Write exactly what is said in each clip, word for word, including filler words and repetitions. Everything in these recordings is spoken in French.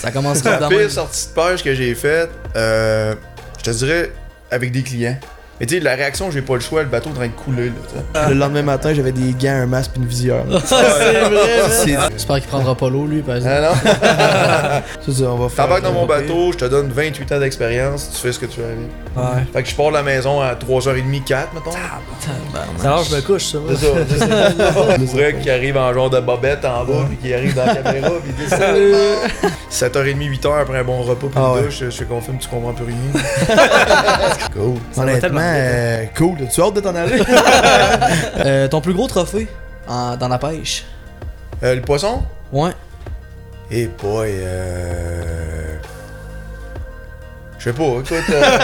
Ça commencera La pire sortie de pêche que j'ai faite, euh, je te dirais avec des clients. Mais tu sais, la réaction, j'ai pas le choix, le bateau est en train de couler. Là, le lendemain matin, j'avais des gants, un masque et une visière. c'est vrai, C'est- J'espère qu'il prendra pas l'eau, lui, par exemple. Ah non? C'est ça, on va faire. T'embarques dans mon bateau, je te donne vingt-huit ans d'expérience, tu fais ce que tu veux avec. Ouais. Fait que je pars de la maison à trois heures trente, quatre, mettons. Alors, je me couche, ça. C'est ça, c'est ça. Le vrai qui arrive en genre de bobette en bas, puis qui arrive dans la caméra, puis il dit salut. sept heures trente, huit heures après un bon repas, puis Ah une ouais. douche, je fais qu'on filme, tu comprends plus rien. Cool. Ça va tellement Honnêtement, euh, cool. Tu as hâte de t'en aller? Euh, ton plus gros trophée en- dans la pêche? Euh, le poisson? Ouais. Eh boy, euh... Je sais pas, écoute... euh,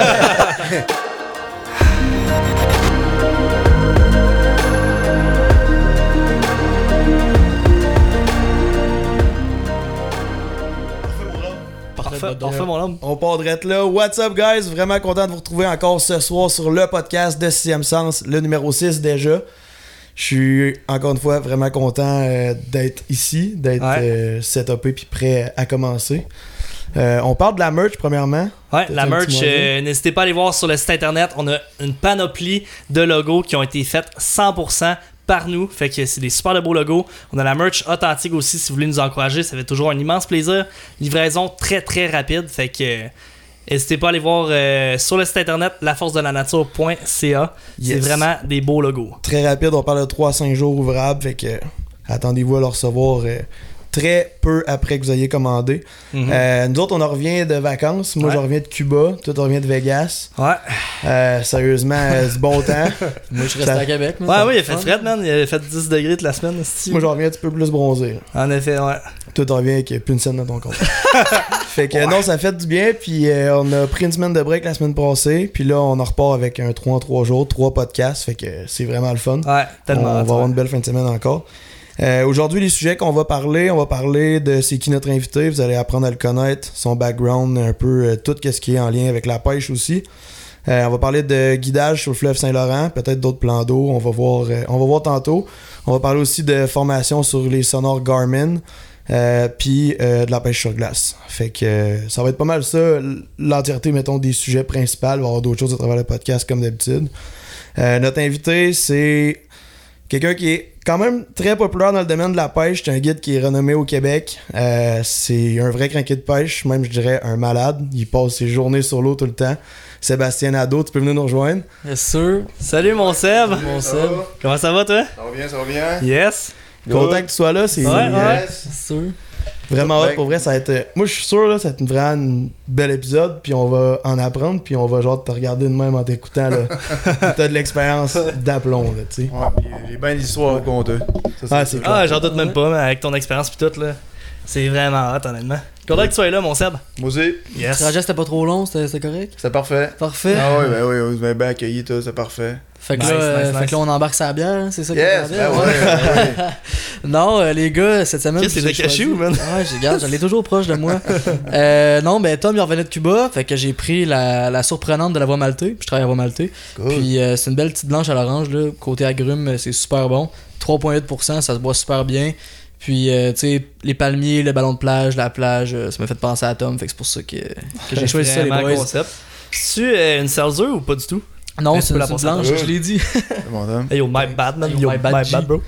Parfait, parfait, mon homme. On part direct là. What's up, guys? Vraiment content de vous retrouver encore ce soir sur le podcast de Sixième Sens, le numéro six déjà. Je suis encore une fois vraiment content euh, d'être ici, d'être Ouais. euh, setupé puis prêt à commencer. Euh, on parle de la merch premièrement. Ouais, T'as la un petit merch, mot à dire? euh, n'hésitez pas à aller voir sur le site internet. On a une panoplie de logos qui ont été faits cent pour cent par nous. Fait que c'est des super de beaux logos. On a la merch authentique aussi si vous voulez nous encourager. Ça fait toujours un immense plaisir. Livraison très très rapide. Fait que euh, n'hésitez pas à aller voir euh, sur le site internet la force de la nature point c a. C'est Yes. vraiment des beaux logos. Très rapide, on parle de trois à cinq jours ouvrables, fait que euh, attendez-vous à le recevoir euh, très peu après que vous ayez commandé. Mhm. Euh, nous autres, on en revient de vacances. Moi, Ouais. je reviens de Cuba. Toi, tu reviens de Vegas. Ouais. Euh, sérieusement, euh, du bon temps. Moi, je suis resté Ça- à Québec. mais Ouais, ça oui, il a va fait être fun. fret, man. Il a fait dix degrés de la semaine. esti. Moi, je reviens un petit peu plus bronzé. En effet, ouais. Toi, tu reviens avec plus une scène dans ton compte. Fait que non, ça fait du bien. Puis euh, on a pris une semaine de break la semaine passée. Puis là, on en repart avec un trois en trois jours, trois podcasts. Fait que c'est vraiment le fun. Ouais, tellement. On va avoir une belle fin de semaine encore. Euh, Aujourd'hui, les sujets qu'on va parler, on va parler de c'est qui notre invité. Vous allez apprendre à le connaître, son background, un peu euh, tout ce qui est en lien avec la pêche aussi. Euh, on va parler de guidage sur le fleuve Saint-Laurent, peut-être d'autres plans d'eau. On va voir, euh, on va voir tantôt. On va parler aussi de formation sur les sonores Garmin, euh, puis euh, de la pêche sur glace. Fait que euh, ça va être pas mal ça, l'entièreté, mettons, des sujets principaux. Il va y avoir d'autres choses à travers le podcast comme d'habitude. Euh, notre invité, c'est quelqu'un qui est quand même très populaire dans le domaine de la pêche. C'est un guide qui est renommé au Québec. Euh, c'est un vrai crinqué de pêche, même je dirais un malade. Il passe ses journées sur l'eau tout le temps. Sébastien Nadeau, tu peux venir nous rejoindre. Yes, sir. Salut, mon Seb. Mon Ça Seb. va? Comment ça va, toi? Ça va bien, ça va bien? Yes. Content que tu sois là, c'est Ouais, ouais. Yes. Yes, sir. vraiment Ouais. hot pour vrai. Ça va être, moi, je suis sûr là, ça va être une vraiment un bel épisode. Puis on va en apprendre. Puis on va genre te regarder de même en t'écoutant. Là. T'as de l'expérience d'aplomb, là, tu sais. Ouais, puis j'ai bien des histoires à compter. Ça, Ah, c'est Ah, j'en doute même pas, mais avec ton expérience pis tout, là. C'est vraiment hot, honnêtement. Content que tu sois là, mon Seb. Moi aussi, Le Yes. trajet, c'était pas trop long, c'était c'était correct? c'est parfait. Parfait. Ah oui, ben oui, vous m'avez bien accueilli, tout, c'est parfait. Fait que, Nice, là, euh, nice, fait nice. que là, on embarque sa bière, hein, c'est ça Yes, qu'on ben parlait, ouais, ouais. ben ouais. Non, euh, les gars, cette semaine. Qu'est-ce que j'ai c'est de caché choisi- ou, man? Ouais, je regarde, j'en ai toujours proche de moi. Euh, non, ben Tom, il revenait de Cuba, fait que j'ai pris la, la surprenante de la voie maltée, puis je travaille à la voie maltée. Cool. Puis euh, c'est une belle petite blanche à l'orange, là, côté agrumes, euh, c'est super bon. trois virgule huit pour cent, ça se boit super bien. Puis, euh, tu sais, les palmiers, le ballon de plage, la plage, euh, ça m'a fait penser à Tom, fait que c'est pour ça que, que j'ai choisi ça, les Vraiment boys. concept. Tu euh, une seltzer ou pas du tout? Non, Mais c'est tu peux une la petite passer à blanche, toi. je l'ai dit. C'est mon homme. Hey, yo, my bad, man. Yo, Yo, my my bad, bad, G. bro.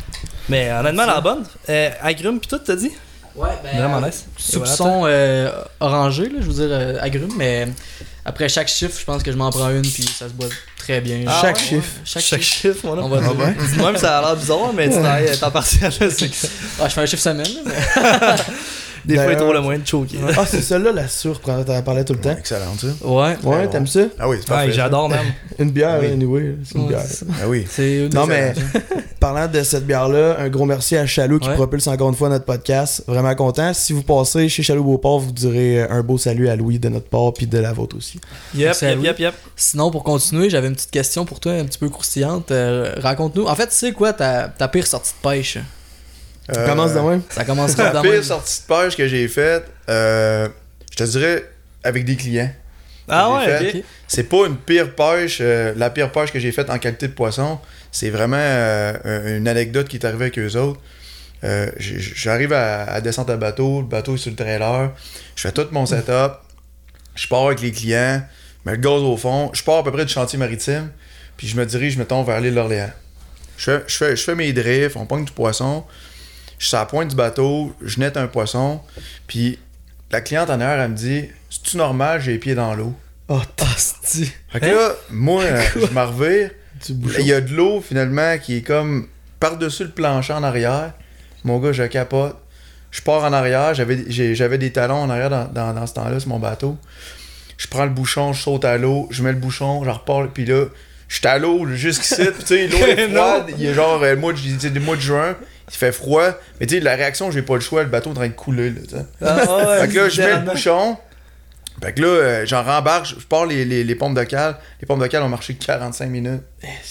Mais honnêtement, la bonne. Euh, agrumes pis tout, t'as dit? Ouais, ben. Vraiment nice. Soupçon euh, orangé, là, je veux dire, euh, agrumes, mais après chaque chiffre, je pense que je m'en prends une, puis ça se boit très bien. Ah Chaque ouais, chiffre. Chaque, Chaque chiffre. chiffre, moi, là. On va dire. ben. Dis-moi, ça a l'air bizarre, mais tu t'en- t'en partiel, là, c'est que Ah, je fais un chiffre semaine, là, mais. des fois, il D'ailleurs- trouve le moyen de choquer. Ah, c'est celle-là, la surprenante. T'en parlais tout le temps. Excellent, ça. Ouais. Ouais, bon. t'aimes ça? Ah oui, c'est Ouais, parfait. j'adore, même. Une bière, Oui. anyway. C'est une Ouais, bière. c'est ça. Ah oui. C'est Non, mais parlant de cette bière-là, un gros merci à Chaloux qui Ouais. propulse encore une fois notre podcast. Vraiment content. Si vous passez chez Chaloux Beauport, vous direz un beau salut à Louis de notre part puis de la vôtre aussi. Yep, C'est à yep, vous. yep, yep. Sinon, pour continuer, j'avais une petite question pour toi, un petit peu croustillante. Euh, Raconte-nous. En fait, tu sais quoi ta, ta pire sortie de pêche? Euh, Commence de même. Ça commencera La dans pire sortie de pêche que j'ai faite, euh, je te dirais avec des clients. Ah J'ai ouais, fait. ok. C'est pas une pire pêche. euh, la pire pêche que j'ai faite en qualité de poisson, c'est vraiment euh, une anecdote qui est arrivée avec eux autres. Euh, j'ai- j'arrive à, à descendre à bateau, le bateau est sur le trailer, je fais tout mon setup, je pars avec les clients, je mets le gaz au fond, je pars à peu près du chantier maritime, puis je me dirige, mettons, vers l'île d'Orléans. Je fais, je, fais, je fais mes drifts, on pogne du poisson, je suis à la pointe du bateau, je nette un poisson, puis la cliente en arrière, elle me dit « C'est-tu normal, j'ai les pieds dans l'eau? » Oh, Hostie. Fait que là, moi, euh, je me revire, tu bouches. il y a de l'eau, finalement, qui est comme par-dessus le plancher en arrière. Mon gars, je capote. Je pars en arrière, j'avais, j'ai- j'avais des talons en arrière dans, dans, dans ce temps-là sur mon bateau. Je prends le bouchon, je saute à l'eau, je mets le bouchon, je repars, puis là, je suis à l'eau jusqu'ici, puis tu sais, l'eau est froide, il est genre euh, le mois de, ju- c'est le mois de juin, il fait froid, mais tu sais, la réaction, j'ai pas le choix, le bateau est en train de couler, là, tu sais. Ah, ouais, Fait que là, je mets le littéralement. bouchon. Fait que là, euh, j'en rembarque, je je pars les, les, les pompes de cale. Les pompes de cale ont marché quarante-cinq minutes.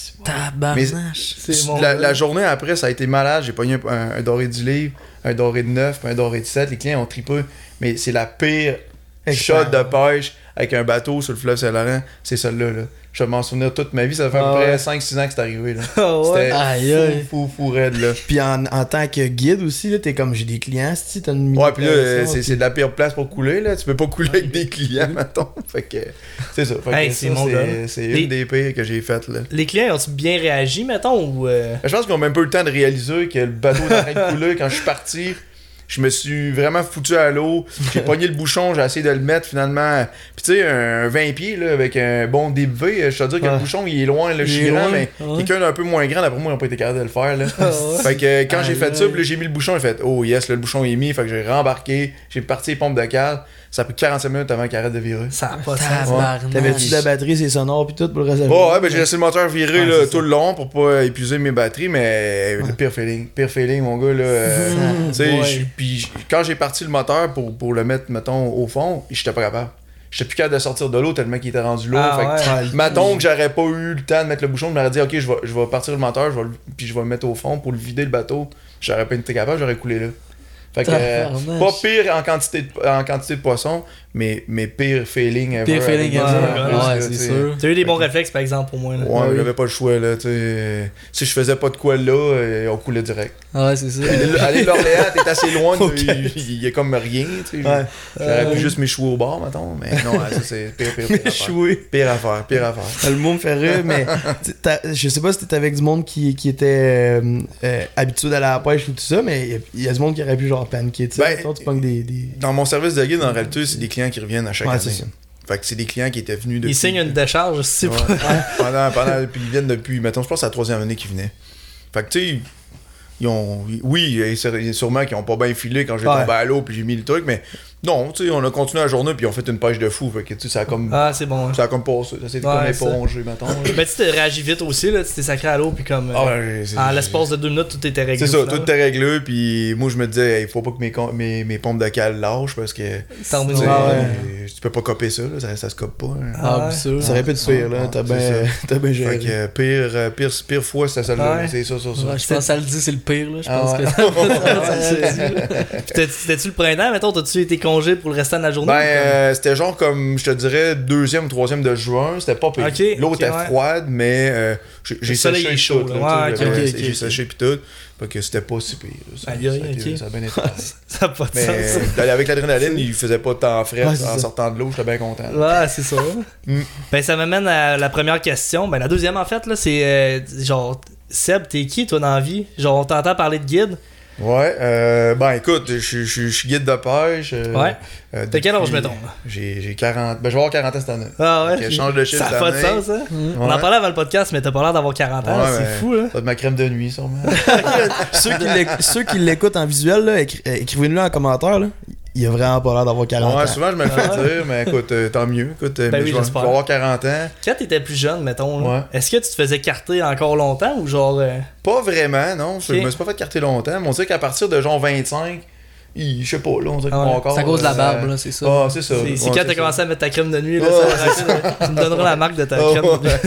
Tabarnache. C'est mon la, gars. la journée après, ça a été malade. J'ai pogné un, un, un doré du livre, un doré de neuf, puis un doré de sept. Les clients ont trippé. Mais c'est la pire shot de pêche avec un bateau sur le fleuve Saint-Laurent. C'est celle-là, là. Je vais m'en souvenir toute ma vie. Ça fait à Ah peu près ouais. cinq six ans que c'est arrivé, là. Ah, ouais. C'était Aïe, aïe. fou, fou, fou raide, là. Puis en, en tant que guide aussi, là, t'es comme j'ai des clients, si t'as une Ouais, puis là, euh, c'est, puis- c'est de la pire place pour couler, là. Tu peux pas couler avec des clients, mettons. Fait que, c'est ça. Fait que Hey, ça, c'est mon gars. c'est, c'est Les- une des pires que j'ai faites, là. Les clients ont-ils bien réagi, mettons, ou. euh, Je pense qu'ils ont même pas eu le temps de réaliser que le bateau est en train de couler. Quand je suis parti, je me suis vraiment foutu à l'eau. J'ai pogné le bouchon, j'ai essayé de le mettre finalement. Puis tu sais, un vingt pieds là, avec un bon deep V, je te dis que Ouais. le bouchon il est loin, là, je Il suis est grand, loin, mais ouais. quelqu'un d'un peu moins grand, d'après moi, il n'a pas été capable de le faire. Là. Ah, ouais. Fait que quand j'ai Aïe, fait ça, aïe. puis là, j'ai mis le bouchon, j'ai fait oh yes, là, le bouchon est mis. Fait que j'ai rembarqué, j'ai parti les pompes de cale. Ça a pris quarante-cinq minutes avant qu'il arrête de virer. Ça a pas de sens. Tabarnache. T'avais-tu de la batterie, c'est sonore, puis tout pour le reste de la Oh, journée? ouais, ben j'ai laissé le moteur virer Ouais, là, c'est tout ça. le long pour pas épuiser mes batteries, mais le pire feeling. Pire feeling, mon gars. Là, euh, tu sais, Ouais. j'- puis j'- quand j'ai parti le moteur pour, pour le mettre, mettons, au fond, j'étais pas capable. J'étais plus capable de sortir de l'eau tellement qu'il était rendu lourd. Ah, fait que, ouais. Ouais, mettons que j'aurais pas eu le temps de mettre le bouchon, je m'aurais dit, ok, je vais, je vais partir le moteur, je vais le- puis je vais le mettre au fond pour le vider le bateau. J'aurais pas été capable, j'aurais coulé là. Fait que, euh, Tabarnache. pas pire en quantité de, en quantité de poisson, mais, mais pire feeling ever. Pire feeling avec- ever. Ouais, en plus, Ouais, là, c'est tu sais. sûr. T'as eu des bons réflexes, par exemple, pour moi. Là. Ouais, mais oui. j'avais pas le choix, là, tu sais. Si je faisais pas de quoi là, euh, on coulait direct. Ouais, c'est ça. Aller aller l'Orléans, t'es assez loin, de- il, il y a comme rien, tu sais. Ouais. J'aurais Euh, pu juste m'échouer au bord, mettons, mais non, ouais, ça c'est pire, pire, pire affaire. Échoué. Pire affaire, pire affaire. Le mot me fait rire, mais tu- t'as- je sais pas si t'étais avec du monde qui, qui était euh, euh, habitué d'aller à la pêche ou tout ça, mais il y a- il y, a du monde qui aurait pu genre paniquer, tu sais. Ben, Mettons, tu pognes des. des... Dans mon service de guide, en réalité, c'est des clients qui reviennent à chaque Ouais, année. c'est ça. Fait que c'est des clients qui étaient venus depuis... Ils signent une décharge, c'est Ouais. pas. pendant, pendant, puis ils viennent depuis, mettons, je pense que c'est la troisième année qu'ils venaient. Fait que, tu sais, ils ont... Oui, et c'est- sûrement qu'ils ont pas bien filé quand j'ai Ouais. tombé à l'eau puis j'ai mis le truc, mais non, tu sais, on a continué la journée puis on fait une pêche de fou. Fait que, tu sais, ça a comme... Ah, c'est bon. Ça a comme passé. Ça s'est Ouais, comme ça. épongé, mettons. là. Mais tu t'es réagi vite aussi, là. Tu t'es sacré à l'eau, puis comme. euh, Ah ouais, c'est- en l'espace de deux minutes, tout était réglé. C'est au ça, final. tout était réglé, puis moi je me disais, il faut pas que mes, con- mes, mes pompes de cale lâchent parce que T'en tu reviens- sais, Ah ouais. euh, tu peux pas copier ça, là, ça, ça se cope pas. hein. Ah, Ah, ouais. bien sûr. Ça aurait pu être pire, là. Ah, T'as c'est bien t'as bien Fait géré. que euh, pire, euh, pire, pire fois, c'était celle-là, Ouais. c'est ça, sur ça. Ouais, je pense que ça le dit, c'est le pire, là. Je Ah pense ouais. que ça le dit, là. Puis t'as- C'était-tu le printemps, mettons? T'as-tu été congé pour le restant de la journée? Ben, ou comme- euh, c'était genre comme, je te dirais, deuxième ou troisième de juin, c'était pas pire. Ok, L'eau ok, était ouais. froide, mais euh, j'ai j'ai Le soleil séché est chaud, tout, là. là, Ouais, tu sais, ok, j'avais- ok, j'ai ok. séché pis tout, fait que c'était pas si pire. là. Ça, Aïe, aïe, ça a été- ok. ça a bien été pareil. Ça n'a pas de Mais sens. euh, d'aller avec l'adrénaline, il faisait pas de temps frais Ouais, c'est en ça. sortant de l'eau, j'étais bien content. là. Ouais, c'est ça. Mm. Ben, ça m'amène à la première question. Ben, la deuxième, en fait, là, c'est euh, genre, Seb, t'es qui, toi, dans la vie? Genre, on t'entend parler de guide. Ouais, euh, ben écoute, je je- je- je suis guide de pêche. euh, Ouais. euh, T'as quel âge, depuis- mettons? là? J'ai j'ai quarante. Ben je vais avoir quarante ans cette année. Ah ouais? Fait que je change de chiffre Ça n'a pas de d'année. sens, hein? Mm. On en Ouais. parlait avant le podcast, mais t'as pas l'air d'avoir quarante ans. Ouais, c'est mais- fou, là. Ça de ma crème de nuit, sûrement. Ceux qui l'éc- Ceux qui l'écoutent en visuel, là, écri- euh, écrivez-le en commentaire, là. Il a vraiment pas l'air d'avoir quarante Ouais, ans. souvent je me le fais dire, mais écoute, euh, tant mieux. Écoute, euh, Ben mais oui, je, vais, je j'espère. vais avoir quarante ans. Quand t'étais plus jeune, mettons, là, Ouais. est-ce que tu te faisais carter encore longtemps ou genre. euh, Pas vraiment, non. Je Ok. me suis pas fait carter longtemps, mais on dirait qu'à partir de genre vingt-cinq, il- je sais pas, là, on dirait que Ah mon ouais. corps. C'est à cause de la euh, barbe, là, c'est ça. Ah, c'est ça. C'est Ouais, c'est quand c'est t'as ça. commencé à mettre ta crème de nuit, là, Ouais, ça, ça- tu me donneras la marque de ta Oh, crème de nuit.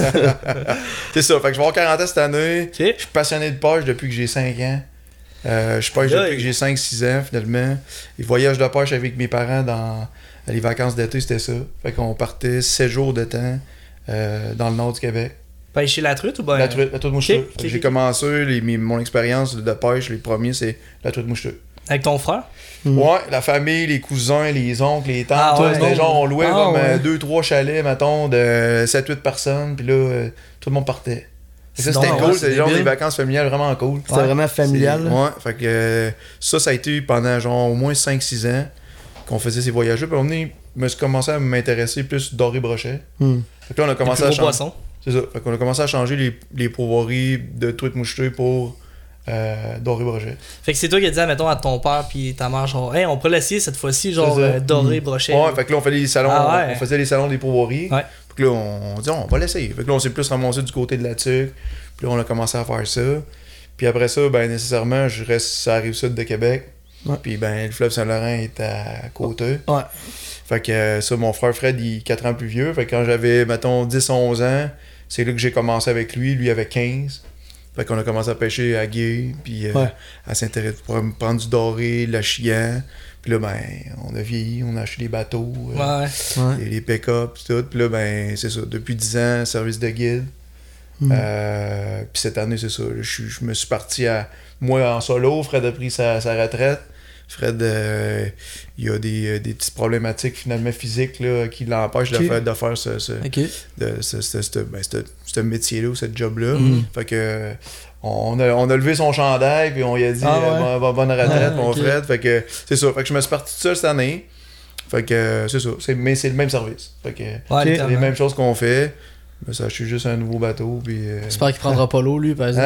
c'est ça, fait que je vais avoir quarante ans cette année. Ok. Je suis passionné de pêche depuis que j'ai cinq ans. Euh, je pêche Aïe. depuis que j'ai cinq six ans, finalement. Les voyages de pêche avec mes parents dans les vacances d'été, c'était ça. Fait qu'on partait sept jours de temps euh, dans le nord du Québec. Pêcher la truite ou ben. La truite, la truite mouchetée. Ok, ok, J'ai ok. commencé, les, mes- mon expérience de pêche, les premiers, c'est la truite mouchetée. Avec ton frère? Mm. Ouais, la famille, les cousins, les oncles, les tantes, Ah tout, ouais, c'était non. genre, on louait Ah comme ouais. deux trois chalets, mettons, de sept huit personnes, puis là, euh, tout le monde partait. Et ça, C'est c'était donc, cool, ouais, c'était c'est genre des débile. vacances familiales vraiment cool. C'était Ouais. vraiment familial. C'est- là. Ouais, fait que euh, ça, ça a été pendant genre au moins cinq six ans qu'on faisait ces voyages-là. Puis à un moment donné, je me suis commencé à m'intéresser plus doré brochet. Hmm. Fait que là, on a Les commencé plus à gros changer. poissons. C'est ça. Fait qu'on a commencé à changer les, les pourvoiries de truite mouchetée pour euh, doré brochet. Fait que c'est toi qui as dit, admettons, à ton père puis ta mère, genre, hey, on pourrait l'essayer cette fois-ci, genre, C'est ça. euh, doré, brochet. Ouais, fait que là, on faisait les salons, Ah ouais. on faisait les salons des pourvoiries. Ouais. Fait que là, on, on dit, on va l'essayer. Fait que là, on s'est plus ramassé du côté de la tuque. Puis là, on a commencé à faire ça. Puis après ça, ben, nécessairement, je reste sur la rive sud de Québec. Ouais. Puis ben, le fleuve Saint-Laurent est à côté. Ouais. Fait que euh, ça, mon frère Fred, il est quatre ans plus vieux. Fait que quand j'avais, mettons, dix onze ans, c'est là que j'ai commencé avec lui. Lui avait quinze. Fait qu'on a commencé à pêcher à Gué, puis euh, Ouais. à s'intéresser pour prendre du doré, le chiant. Puis là, ben, on a vieilli, on a acheté des bateaux, euh, Ouais. Ouais. les, les pick-up, pis tout. Puis là, ben, c'est ça. Depuis dix ans, service de guide. Hmm. Euh, puis cette année, c'est ça. Je, suis- je me suis parti à. Moi, en solo, Fred a pris sa, sa retraite. Fred, euh, il a des, des petites problématiques finalement physiques là, qui l'empêchent Ok. de faire, de faire ce, ce, Ok. de, ce, ce, ce- ben, ce- ce métier-là ou ce job-là. Mhm. Fait que on a, on a levé son chandail puis on lui a dit Ah ouais? euh, bon- bon- bonne retraite, Ah, mon ok. Fred. Fait que c'est ça. Fait que je me suis parti tout seul cette année. Fait que euh, c'est ça. C'est, mais c'est le même service. Fait que Ouais, Ok. c'est les littéralement. mêmes choses qu'on fait. Mais ça, je suis juste un nouveau bateau. Puis, euh, J'espère qu'il prendra pas l'eau, lui, par exemple.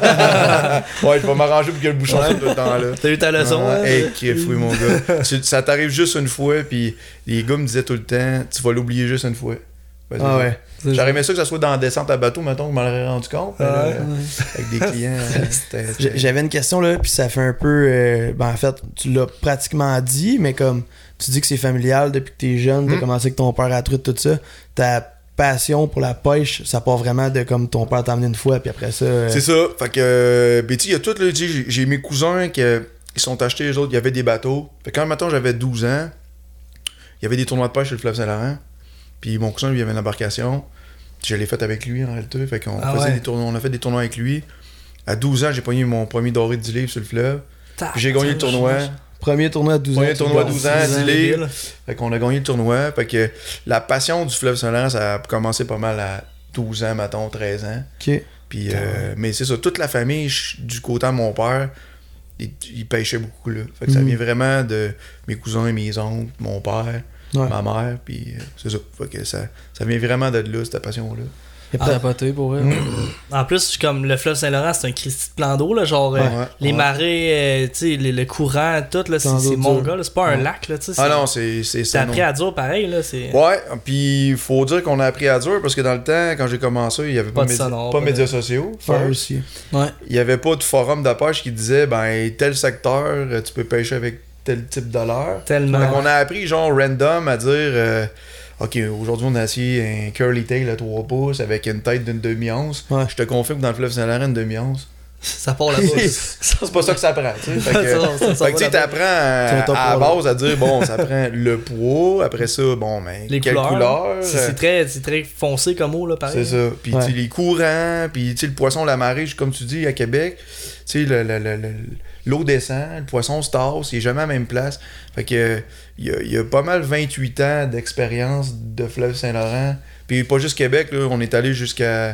ah non? Ouais, je vais m'arranger pour que le bouchon soit tout le temps là. T'as eu ta leçon, Ah, hein? hey, qui est fou, mon gars. Tu- ça t'arrive juste une fois, puis les gars me disaient tout le temps, tu vas l'oublier juste une fois. Ouais, c'est Ah ça. ouais. C'est J'aurais aimé ça que ça soit dans la descente à bateau, mettons, que je m'en aurais rendu compte. mais là, Ouais. avec des clients, euh, c'était. J'ai- c'était- J'avais une question là, puis ça fait un peu. euh, ben en fait, tu l'as pratiquement dit, mais comme tu dis que c'est familial depuis que t'es jeune, t'as Mm. commencé avec ton père à la truite, tout ça. Ta passion pour la pêche, ça part vraiment de comme ton père t'a amené une fois, puis après ça. euh, C'est ça. Fait que, euh, ben, tu sais, il y a tout, là, tu sais, j'ai- j'ai mes cousins qui euh, ils sont achetés, les autres, il y avait des bateaux. Fait que quand, mettons, j'avais douze ans, il y avait des tournois de pêche sur le fleuve Saint-Laurent. Puis mon cousin, lui, il avait une embarcation. Je l'ai fait avec lui, en réalité. Fait qu'on Ah faisait ouais. des tournois, on a fait des tournois avec lui. À douze ans, j'ai pogné mon premier doré de dix livres sur le fleuve. Puis j'ai gagné le tournoi. Premier tournoi à douze ans. Premier tu tournoi à le douze gagnes. ans, dix dix ans, livres. débile. Fait qu'on a gagné le tournoi. Fait que la passion du fleuve Saint-Laurent, ça a commencé pas mal à douze ans, mettons, treize ans. Ok. Puis, euh, mais c'est ça, toute la famille, je- du côté de mon père, ils, ils pêchaient beaucoup, là. Fait que ça Mhm. vient vraiment de mes cousins, mes oncles, mon père, Ouais. ma mère, puis euh, c'est ça. Fait que ça, ça vient vraiment de là, cette passion-là. Y a Ah, peut-être- capoté pour vrai. En plus, comme le fleuve Saint-Laurent, c'est un Christy de plan d'eau, là, genre euh, Ouais, les ouais. marées, euh, tu sais, le, le courant, tout, là, c'est Plan c'est d'eau mon dur. gars, là, c'est pas un Ouais. lac, là, tu sais. Ah c'est- non, c'est c'est T'as ça. appris non. à dur pareil, là, c'est... Ouais, puis il faut dire qu'on a appris à dur parce que dans le temps, quand j'ai commencé, il n'y avait Pas pas, de médi- sonore, pas pas médias de- sociaux. Ouais, first. aussi. Ouais. Il n'y avait pas de forum de pêche qui disait, ben, tel secteur, euh, tu peux pêcher avec tel type de leurre. Tellement. Fait qu'on a appris, genre, random à dire, euh, OK, aujourd'hui, on a essayé un curly tail à trois pouces avec une tête d'une demi-once. Ouais. Je te confirme que dans le fleuve Saint-Laurent, une demi-once. Ça part là-bas. C'est pas ça que ça prend, tu sais. Fait que, Ça, ça, ça fait que, tu sais, va là-bas. t'apprends à, Ton top à la trois, base à dire, bon, ça prend le poids, après ça, bon, ben, Les quelle couleurs. couleur. C'est euh, c'est très, c'est très foncé comme eau, là, pareil. C'est ça. Puis, Ouais. tu sais, les courants, puis, tu sais, le poisson, la marée, comme tu dis, à Québec, tu sais, le- le- le- le- l'eau descend, le poisson se tasse, il est jamais à la même place. Fait que, il y a, il y a pas mal vingt-huit ans d'expérience de fleuve Saint-Laurent. Puis, pas juste Québec, là, on est allé jusqu'à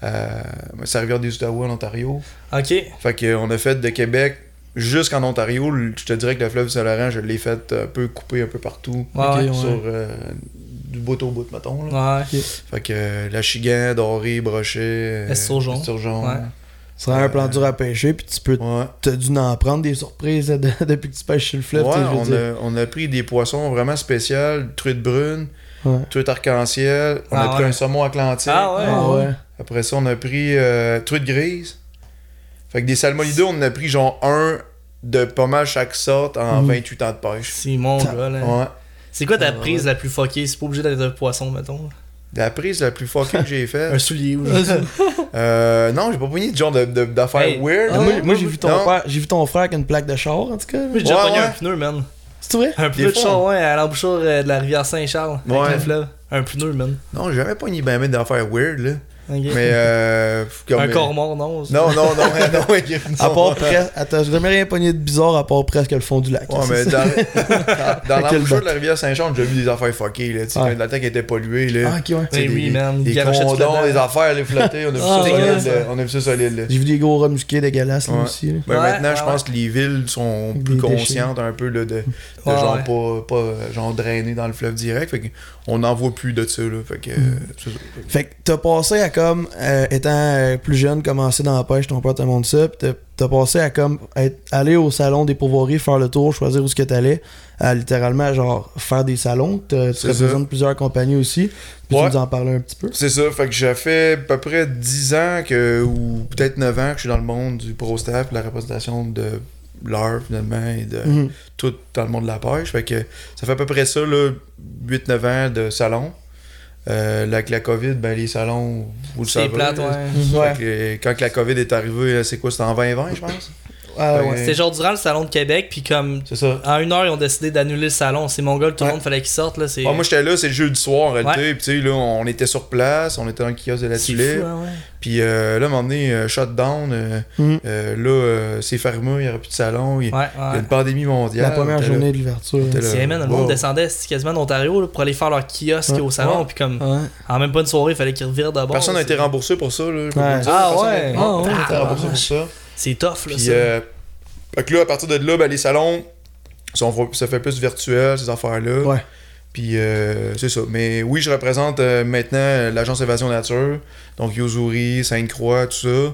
à Rivière-des-Outaouais, en Ontario. OK. Fait que, on a fait de Québec jusqu'en Ontario. Le- Je te dirais que le fleuve Saint-Laurent, je l'ai fait un peu coupé un peu partout. Ouais, Ok, ouais. ouais. Sur euh, du bout au bout, mettons. Là. Ouais. Fait que euh, la chigan, doré, brochet, euh, Esturgeon. esturgeon. Ouais. C'est vraiment un plan dur à pêcher, puis tu peux. Ouais. T'as dû en prendre des surprises de- depuis que tu pêches sur le fleuve, Ouais, tu sais, je veux on, dire. a, on a pris des poissons vraiment spéciaux, truite brune, Ouais. truite arc-en-ciel, on Ah a pris ouais. un saumon atlantique. Ah ouais. Ah ouais. Après ça, on a pris euh, truite grise. Fait que des salmonidés, on en a pris genre un de pas mal chaque sorte en Mhm. vingt-huit ans de pêche. C'est mon Ça- gars, là. Ouais. C'est quoi ta Ah, prise ouais. la plus fuckée? C'est pas obligé d'être un poisson, mettons. La prise la plus fuckée que j'ai Un faite. soulier ou Euh, non, j'ai pas pogné de genre de- de- d'affaires Hey. weird. Ah, moi, moi, j'ai vu ton Non. père, j'ai vu ton frère avec une plaque de char, en tout cas. Moi, j'ai déjà Ouais, pogné ouais. un pneu, man. C'est vrai? Un pneu de fois, char, ouais, à l'embouchure euh, de la rivière Saint-Charles, Ouais. avec le fleuve. Un pneu, man. Non, j'ai jamais pogné ben ben d'affaires weird, là. Ok. Mais euh, comme, Un euh, corps mort, non? c'est- Non, non, non, non, non, Griff, non. À part presque. Attends, j'ai jamais rien pogné de bizarre à part presque le fond du lac. Ouais, C'est mais ça. dans, dans, dans Avec le l'embouchure bac. de la rivière Saint-Jean, j'ai vu des affaires fuckées, là. Tu sais, Ouais. quand la tête était polluée, là. Ah, ok, ouais. Tu sais, Ben oui, des, man, des garochait tout condoms, là-dedans. des affaires, les flotter, on a vu Ah, ça ouais, solide, ça. là. On a vu ça solide, là. J'ai vu des gros rats musqués dégueulasses là Ouais. aussi. Là. Ben, Ouais, maintenant, ouais, je pense que les villes sont Des plus déchets. conscientes un peu là, de, de Ouais, genre ouais. pas, pas euh, genre drainer dans le fleuve direct. Fait qu'on n'en voit plus de ça. Là, fait que, euh, c'est ça. Fait que t'as passé à comme, euh, étant euh, plus jeune, commencer dans la pêche, ton père te montre ça, pis t'as, t'as passé à comme être, aller au salon des pourvoiries, faire le tour, choisir où ce que t'allais, à littéralement genre faire des salons. T'as- Tu C'est représentes ça. plusieurs compagnies aussi. Puis Ouais. tu nous en parlais un petit peu. C'est ça. Fait que j'ai fait à peu près dix ans que, ou peut-être neuf ans que je suis dans le monde du pro staff, la représentation de l'art finalement et de Mhm. tout dans le monde de la pêche. Fait que ça fait à peu près ça, là, huit neuf ans de salon. Euh, là, avec la COVID, ben les salons, vous le C'est savez. plate, là. ouais. Ouais. Fait que, quand la COVID est arrivée, c'est quoi? C'était en vingt vingt, je pense? Ah, Fait ouais. que- C'était genre durant le salon de Québec, puis comme C'est ça. en une heure, ils ont décidé d'annuler le salon. C'est mon gars, tout le Ouais. monde fallait qu'il sorte. Là, c'est Ah, moi j'étais là, c'est le jeudi soir en réalité. Ouais. Puis tu sais, là, on était sur place, on était dans le kiosque de la c'est Tulipe. fou, hein, ouais. Puis euh, là, à un moment donné, euh, shutdown. euh, Mhm. euh, là, euh, c'est fermé, il n'y aura plus de salon. Il il Ouais, y a ouais. une pandémie mondiale. La première on était journée là. de l'ouverture. était là. C'est man, le monde Wow. descendait c'est quasiment d'Ontario là, pour aller faire leur kiosque Ouais. au salon, Ouais. puis comme Ouais. en même pas une soirée, il fallait qu'ils revirent d'abord. Personne n'a c'est- été remboursé pour ça. Là, je peux Ouais. vous le dire. Ah Personne ouais. n'a- Ah ouais. n'a été Ah, remboursé ouais. pour ça. C'est tough, là, Puis, ça. euh, fait que là, à partir de là, ben, les salons, sont, ça fait plus virtuel, ces affaires-là. Ouais. Puis, euh, c'est ça. Mais oui, je représente euh, maintenant euh, l'agence Évasion Nature, donc Yozuri, Sainte-Croix, tout ça.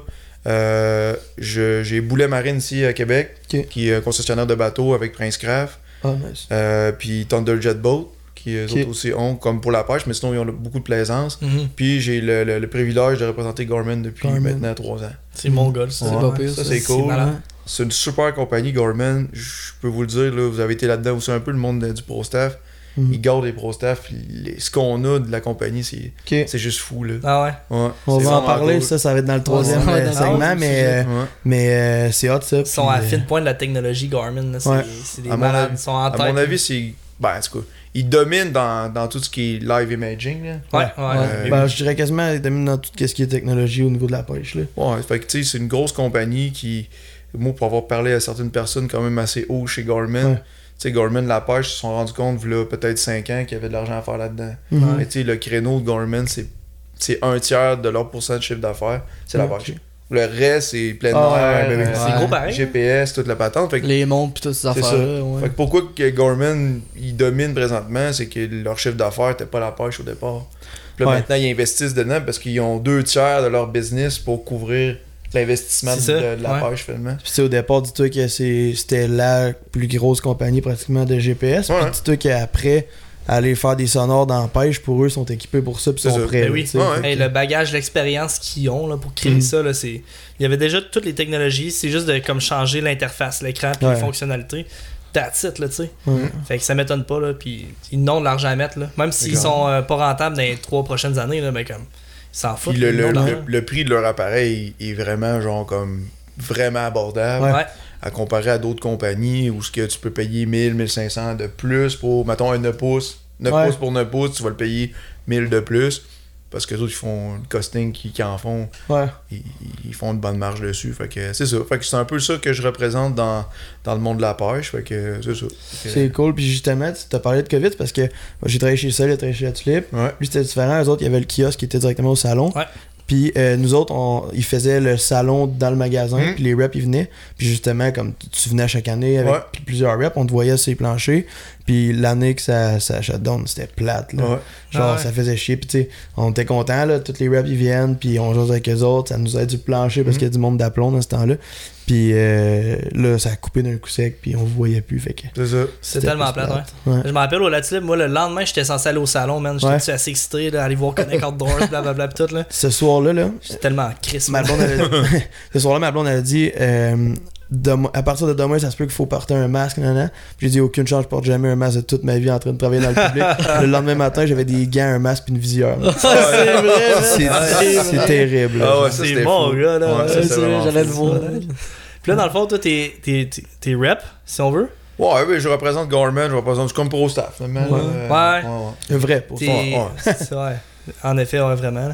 Euh, je- j'ai Boulet Marine ici à Québec, Ok. qui est un concessionnaire de bateaux avec Prince Craft. Ah, nice. Euh, puis Thunderjet Boat, qui eux Ok. autres aussi ont, comme pour la pêche, mais sinon ils ont beaucoup de plaisance. Mhm. Puis j'ai le, le- le privilège de représenter Gorman depuis Gorman. maintenant trois ans. C'est mon gars, ça. Ouais. C'est pas pire, ça, ça. c'est cool. malade. C'est une super compagnie, Gorman. Je peux vous le dire, là, vous avez été là-dedans aussi un peu, le monde de- du pro staff. Mhm. Ils gardent les pro staff. les- ce qu'on a de la compagnie, c'est Ok. c'est juste fou. Là. Ah ouais. Ouais, On c'est va en vraiment parler, cool. ça, ça va être dans le troisième ça va être euh, dans le segment, troisième mais, sujet. euh, Ouais. mais euh, c'est hot ça. Ils sont à puis, fin euh, de pointe de la technologie Garmin. Là. C'est, Ouais. c'est des À mon malades. avis- Ils sont en À tête. mon avis, c'est. Ben, en tout cas, ils dominent dans, dans tout ce qui est live imaging. Là. Ouais, ouais. Euh, Ben, je dirais quasiment ils dominent dans tout ce qui est technologie au niveau de la pêche. Là. Ouais, fait que tu sais, c'est une grosse compagnie qui, moi, pour avoir parlé à certaines personnes quand même assez haut chez Garmin, Ouais. tu sais, Garmin, la pêche, ils se sont rendus compte, il y a peut-être cinq ans, qu'il y avait de l'argent à faire là-dedans. Mhm. Mais tu sais, le créneau de Garmin, c'est, c'est un tiers de leur pourcent de chiffre d'affaires, c'est la Ouais, pêche. Le reste, c'est plein Ah, air, ouais, euh, ouais. C'est gros pareil. G P S, toute la patente. Fait que, Les montres pis toutes ces C'est ça. affaires-là. Ouais. fait que pourquoi que Garmin, ils dominent présentement, c'est que leur chiffre d'affaires n'était pas la pêche au départ. Puis là, Ouais. maintenant, ils investissent dedans parce qu'ils ont deux tiers de leur business pour couvrir l'investissement de, C'est ça, de la ouais. pêche, finalement. Puis tu sais, au départ, dis-toi que c'est- c'était la plus grosse compagnie pratiquement de G P S. Ouais. Puis dis-toi qu'après, aller faire des sonores dans la pêche, pour eux, sont équipés pour ça, puis C'est sont ça. prêts. Ben là, oui. tu sais. Ouais, Fait ouais. Hey, que- le bagage, l'expérience qu'ils ont là, pour créer Mhm. ça, là, c'est... il y avait déjà toutes les technologies, c'est juste de comme changer l'interface, l'écran, puis Ouais. les fonctionnalités. That's it, là, tu sais. Ouais. Fait que ça m'étonne pas, là, puis ils n'ont de l'argent à mettre, là. Même s'ils D'accord. sont euh, pas rentables dans les trois prochaines années, là, mais comme, ils s'en foutent. Puis le, ils le, ont de le, l'argent. le prix de leur appareil est vraiment, genre, comme vraiment abordable Ouais. Ouais. à comparer à d'autres compagnies où ce que tu peux payer mille, mille cinq cents de plus pour, mettons, un neuf pouces. neuf Ouais. pouces pour neuf pouces, tu vas le payer mille de plus. Parce que les autres, ils font le costing qui, qui en font. Ouais. Ils, ils font une bonne marge dessus. Fait que c'est ça. Fait que c'est un peu ça que je représente dans, dans le monde de la pêche. Fait que c'est ça. Fait que- C'est cool. Puis justement, tu as parlé de COVID parce que moi, j'ai travaillé chez Sol, j'ai travaillé chez la Tulipe. Ouais. Lui, c'était différent. Eux autres, il y avait le kiosque qui était directement au salon. Ouais. Puis euh, nous autres, on, ils faisaient le salon dans le magasin. Mm. Puis les reps, ils venaient. Puis justement, comme tu, tu venais chaque année avec Ouais. plusieurs reps, on te voyait sur les planchers. Puis l'année que ça, ça shutdown, c'était plate. Là. Ouais. Genre, Ah ouais. ça faisait chier. Puis tu sais, on était contents. Là, tous les reps, ils viennent. Puis on joue avec eux autres. Ça nous aide du plancher parce Mm. qu'il y a du monde d'aplomb dans ce temps-là. Puis euh, là, ça a coupé d'un coup sec. Puis on ne voyait plus. Fait que C'est ça. C'est c'était tellement plus plate, ouais. Ouais. Je me rappelle au Latulip, moi, le lendemain, j'étais censé aller au salon, man. J'étais Ouais. dessus assez excité, là, aller voir Connect Outdoors, blablabla, pis tout, là. Ce soir-là, là, J'étais tellement en crise, ma man. blonde, elle a- ce soir-là, ma blonde, elle a dit euh, demain- à partir de demain, ça se peut qu'il faut porter un masque. Nan, nan. Puis j'ai dit aucune chance, je porte jamais un masque de toute ma vie en train de travailler dans le public. Le lendemain matin, j'avais des gants, un masque puis une visière. là. c'est vrai, man. C'est C'est c'est vrai. terrible. là. Ah ouais, ça, C'est c'était bon, fou. gars, là. Ouais, ça, Ouais, c'était c'est vrai, vraiment j'allais le fou. voir. Puis là, dans le fond, toi, t'es, t'es, t'es, t'es rep, si on veut. Ouais, oui, je représente Garmin, je représente je suis comme pro staff. finalement, Ouais. là. Ouais. ouais. Un vrai, pour T'es... ça. ouais. C'est- ouais. En effet, ouais, vraiment. là.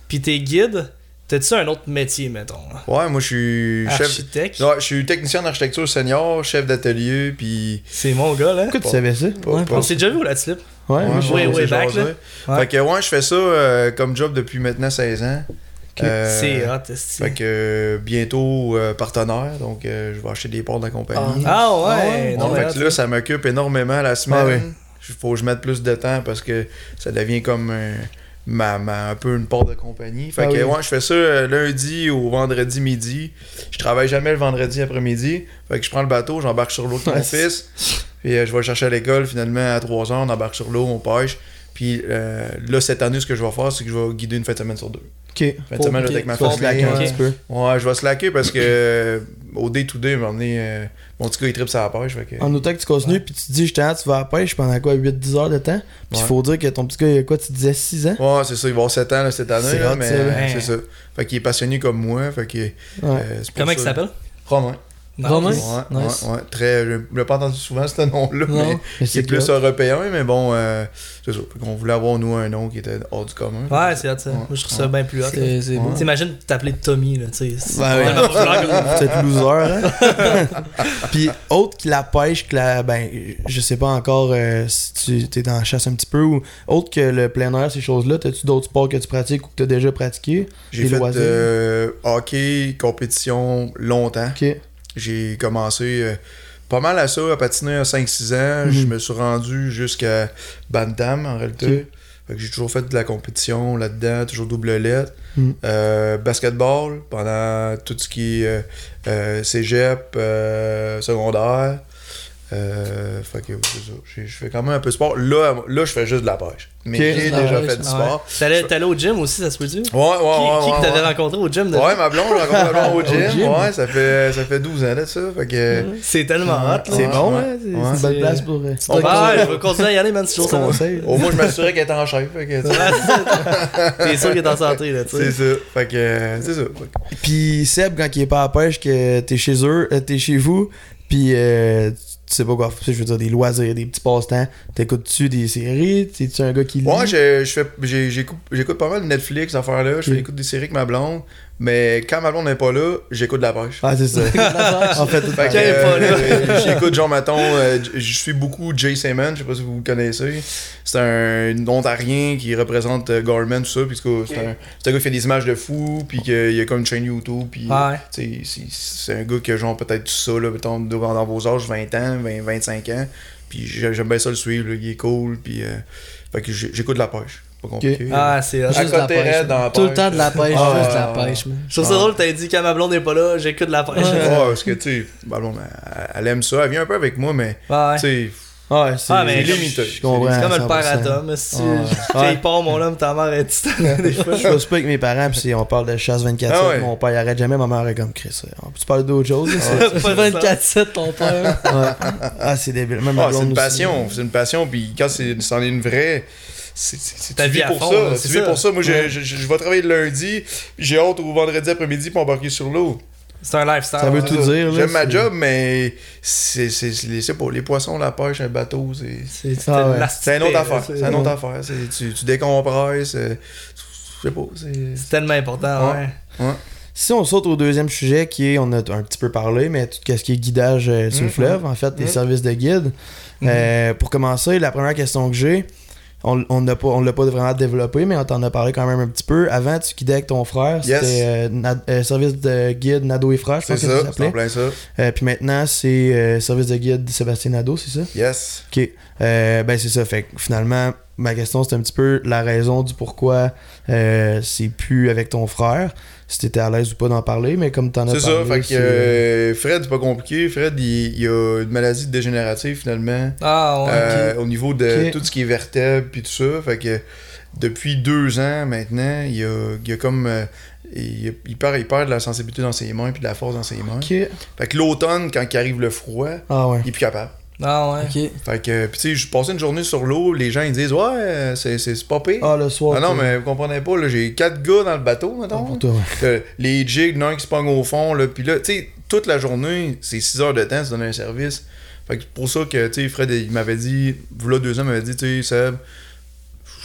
Puis t'es guide, t'as-tu un autre métier, mettons? Ouais, moi, je suis chef. Architecte? Ouais, je suis technicien d'architecture senior, chef d'atelier, puis. C'est mon gars, là. Pourquoi tu savais ça? Pas- Ouais, pas- On s'est déjà vu au Latslip. Ouais, Ouais, moi, ouais, je- ouais, on ouais, s'est back, jasé. là. Ouais. Fait que, ouais, je fais ça euh, comme job depuis maintenant seize ans. Euh, C'est hot, esti. Fait que euh, bientôt euh, partenaire, donc euh, je vais acheter des parts de la compagnie. Ah ouais, Ouais, non, mais fait que là, ça m'occupe énormément la Ah semaine. ouais. Il faut que je mette plus de temps parce que ça devient comme un, ma, ma- un peu une part de compagnie. Fait Ah que oui. ouais, je fais ça euh, lundi au vendredi midi. Je travaille jamais le vendredi après-midi. Fait que je prends le bateau, j'embarque sur l'eau avec mon Ouais. fils. Puis euh, je vais le chercher à l'école. Finalement, à trois heures, on embarque sur l'eau, on pêche. Puis euh, là, cette année, ce que je vais faire, c'est que je vais guider une fin de semaine sur deux. Ok. Fin de semaine ok. avec ma Tu vas famille. slacker un Ouais. petit peu. Ouais, je vais slacker parce que euh, au day-to-day, m'a emmené, euh, mon petit gars, il tripe sur la pêche. Fait que... En autant que tu continues, puis tu te dis, justement, tu vas à la pêche pendant quoi, huit dix heures de temps. Puis il Ouais. faut dire que ton petit gars, il a quoi, tu disais six ans? Ouais, c'est ça, il va avoir sept ans là, cette année, C'est là, hot, mais ça, là. euh, c'est ça. Fait qu'il est passionné comme moi, fait que euh, Ouais. c'est pour Comment ça. il s'appelle? Romain. Romain? Nice. Ouais, Nice. ouais, ouais, très. Je l'ai pas entendu souvent ce nom-là, Non. mais Mais c'est plus que- européen, mais bon, euh, c'est ça. Fait qu'on voulait avoir nous un nom qui était hors du commun. Ouais, c'est hot ça. Ouais. Moi, je trouve ça Ouais. bien plus hot. là. C'est c'est beau. Ouais. T'imagines t'appeler Tommy, là, tu sais. C'est Ouais, ouais. tellement populaire comme- Peut-être loser, hein? Puis autre que la pêche, que la, ben, je sais pas encore euh, si tu t'es dans la chasse un petit peu, ou autre que le plein air, ces choses-là, t'as-tu d'autres sports que tu pratiques ou que t'as déjà pratiqué? J'ai des fait loisirs? euh, hockey, compétition longtemps. Ok. J'ai commencé euh, pas mal à ça, à patiner à cinq six ans. Mhm. Je me suis rendu jusqu'à Bantam en réalité. Ok. Fait que j'ai toujours fait de la compétition là-dedans, toujours double lettre. Mhm. Euh, basketball pendant tout ce qui est euh, euh, cégep, euh, secondaire. Euh, fait que c'est ça. J'ai- Je fais quand même un peu de sport. Là, là je fais juste de la pêche. Mais Ok. j'ai Ah déjà ouais, fait du ça- sport. T'allais t'allais au gym aussi, ça se peut-tu? Ouais, ouais, Qui, ouais. qui ouais, que t'avais ouais. rencontré au gym? De... Ouais, ma blonde, j'ai rencontré ma blonde au Au gym. gym. Ouais, ça fait, ça fait douze ans de ça. Fait que. C'est tellement hot, là. C'est Ouais, bon, ouais, hein? C'est ouais. c'est une bonne place pour. euh, On Ouais, va- ouais, je vais continuer à y aller, man, si tu toujours ça. conseilles. Au moins, je m'assurais qu'elle était en chef. Fait que, tu sais. T'es sûr qu'il est en santé, là, tu C'est sais. ça. Fait que, euh, c'est ça. Fait que- Puis Seb, quand il est pas à la pêche, que t'es chez eux, euh, t'es chez vous, puis euh, tu sais pas quoi faire, je veux dire, des loisirs, des petits passe-temps, t'écoutes-tu des séries? T'es-tu un gars qui lit? Ouais, je, je fais, j'ai- j'écoute, j'écoute pas mal de Netflix, affaire là. Je Ok. fais écouter des séries avec ma blonde. Mais quand ma blonde n'est pas là, j'écoute de la pêche. Ah, c'est ça. en fait, tout Fait que, Quand elle est pas là. euh, j'écoute, genre, mettons, euh, j- je suis beaucoup Jay Simon, je sais pas si vous le connaissez. C'est un Ontarien qui représente euh, Gorman, tout ça. Puis c'est un, c'est un gars qui fait des images de fou, puis qu'il y a comme une chaîne YouTube. Puis, Ouais. tu sais, c'est, c'est un gars qui a, genre, peut-être tout ça, là, mettons, dans, dans vos âges, vingt ans, vingt, vingt-cinq ans. Puis j'ai- j'aime bien ça le suivre, là, il est cool. Puis, euh, fait que j'ai- j'écoute de la pêche. Pas compliqué. Ah, c'est hot. À Juste de la côté pêche. raide dans la Tout le pêche. temps de la pêche, Ah, juste de ouais, la ouais. pêche, man. Je trouve ça Ah. drôle, t'as dit quand ma blonde n'est pas là, j'écoute de la pêche. Ouais. Ouais, parce que, tu sais, ma blonde, elle, elle aime ça. Elle vient un peu avec moi, mais, Ouais. tu sais, Ouais, c'est Ah, mais c'est comme- limité. je comprends. C'est comme le père à cent pour cent. Tom. Si Ouais. quand Ouais. il part, mon homme, ta mère est titane des fois. Je passe pas avec mes parents, pis si on parle de chasse vingt-quatre sept, Ah ouais. mon père il arrête jamais, ma mère est comme Chris. On peut-tu parler d'autre chose? là? C'est- Pas de vingt-quatre sept, ton père. Ouais. Ah, c'est débile. Même ma Ah, c'est blonde une aussi. passion, c'est une passion, puis quand c'est, c'en est une vraie, c'est, c'est, c'est- Ta tu vie vis à pour fond, ça, là, tu c'est vis ça. pour ça. Moi, je, Ouais. je, je, je vais travailler le lundi, puis j'ai hâte au vendredi après-midi pour embarquer sur l'eau. C'est un lifestyle. Ça veut ouais. tout dire. là, J'aime ma c'est- job, mais c'est, c'est, c'est, les, c'est pas, les poissons, la pêche, un bateau, c'est, C'est c'est Ah ouais. la c'est une autre stupide, affaire. là, C'est une autre affaire. C'est, tu, tu décompresses, euh, je sais pas, c'est... C'est tellement important, Ouais. ouais. Si on saute au deuxième sujet qui est, on a un petit peu parlé, mais tout ce qui est guidage euh, sur le Mhm. fleuve, en fait, les Mhm. services de guide. Euh, pour commencer, la première question que j'ai, on on n'a pas, on l'a pas vraiment développé, mais on t'en a parlé quand même un petit peu. Avant, tu guidais avec ton frère, Yes. c'était euh, Na- euh, service de guide Nadeau et Frères, je C'est pense que ça, ça c'est en s'appelait. plein ça. Euh, puis maintenant, c'est euh, service de guide Sébastien Nadeau, c'est ça? Yes. Ok. Euh, ben c'est ça. Fait que finalement, ma question c'est un petit peu la raison du pourquoi euh, c'est plus avec ton frère. Si t'étais à l'aise ou pas d'en parler, mais comme t'en as C'est parlé. ça, fait que c'est- euh, Fred, c'est pas compliqué. Fred, il, il a une maladie dégénérative finalement. Ah, ouais. Euh, au niveau de Ok. tout ce qui est vertèbre puis tout ça. Fait que depuis deux ans maintenant, il a, il a comme. euh, il, il perd, il perd de la sensibilité dans ses mains puis de la force dans ses mains. Ok. Fait que l'automne, quand il arrive le froid, Ah ouais. il est plus capable. Ah, ouais. Ok. Fait que, pis tu sais, je passais une journée sur l'eau, les gens ils disent ouais, euh, c'est, c'est, c'est pas pire. Ah le soir. Ah non, t'es- mais vous comprenez pas, là, j'ai quatre gars dans le bateau, Ah, mettons. pour toi, ouais. Euh, les jigs, l'un qui se pogne au fond, là, pis là, tu sais, toute la journée, c'est six heures de temps, tu donnes un service. Fait que c'est pour ça que, tu sais, Fred, il m'avait dit, voilà deux ans, il m'avait dit, tu sais, Seb,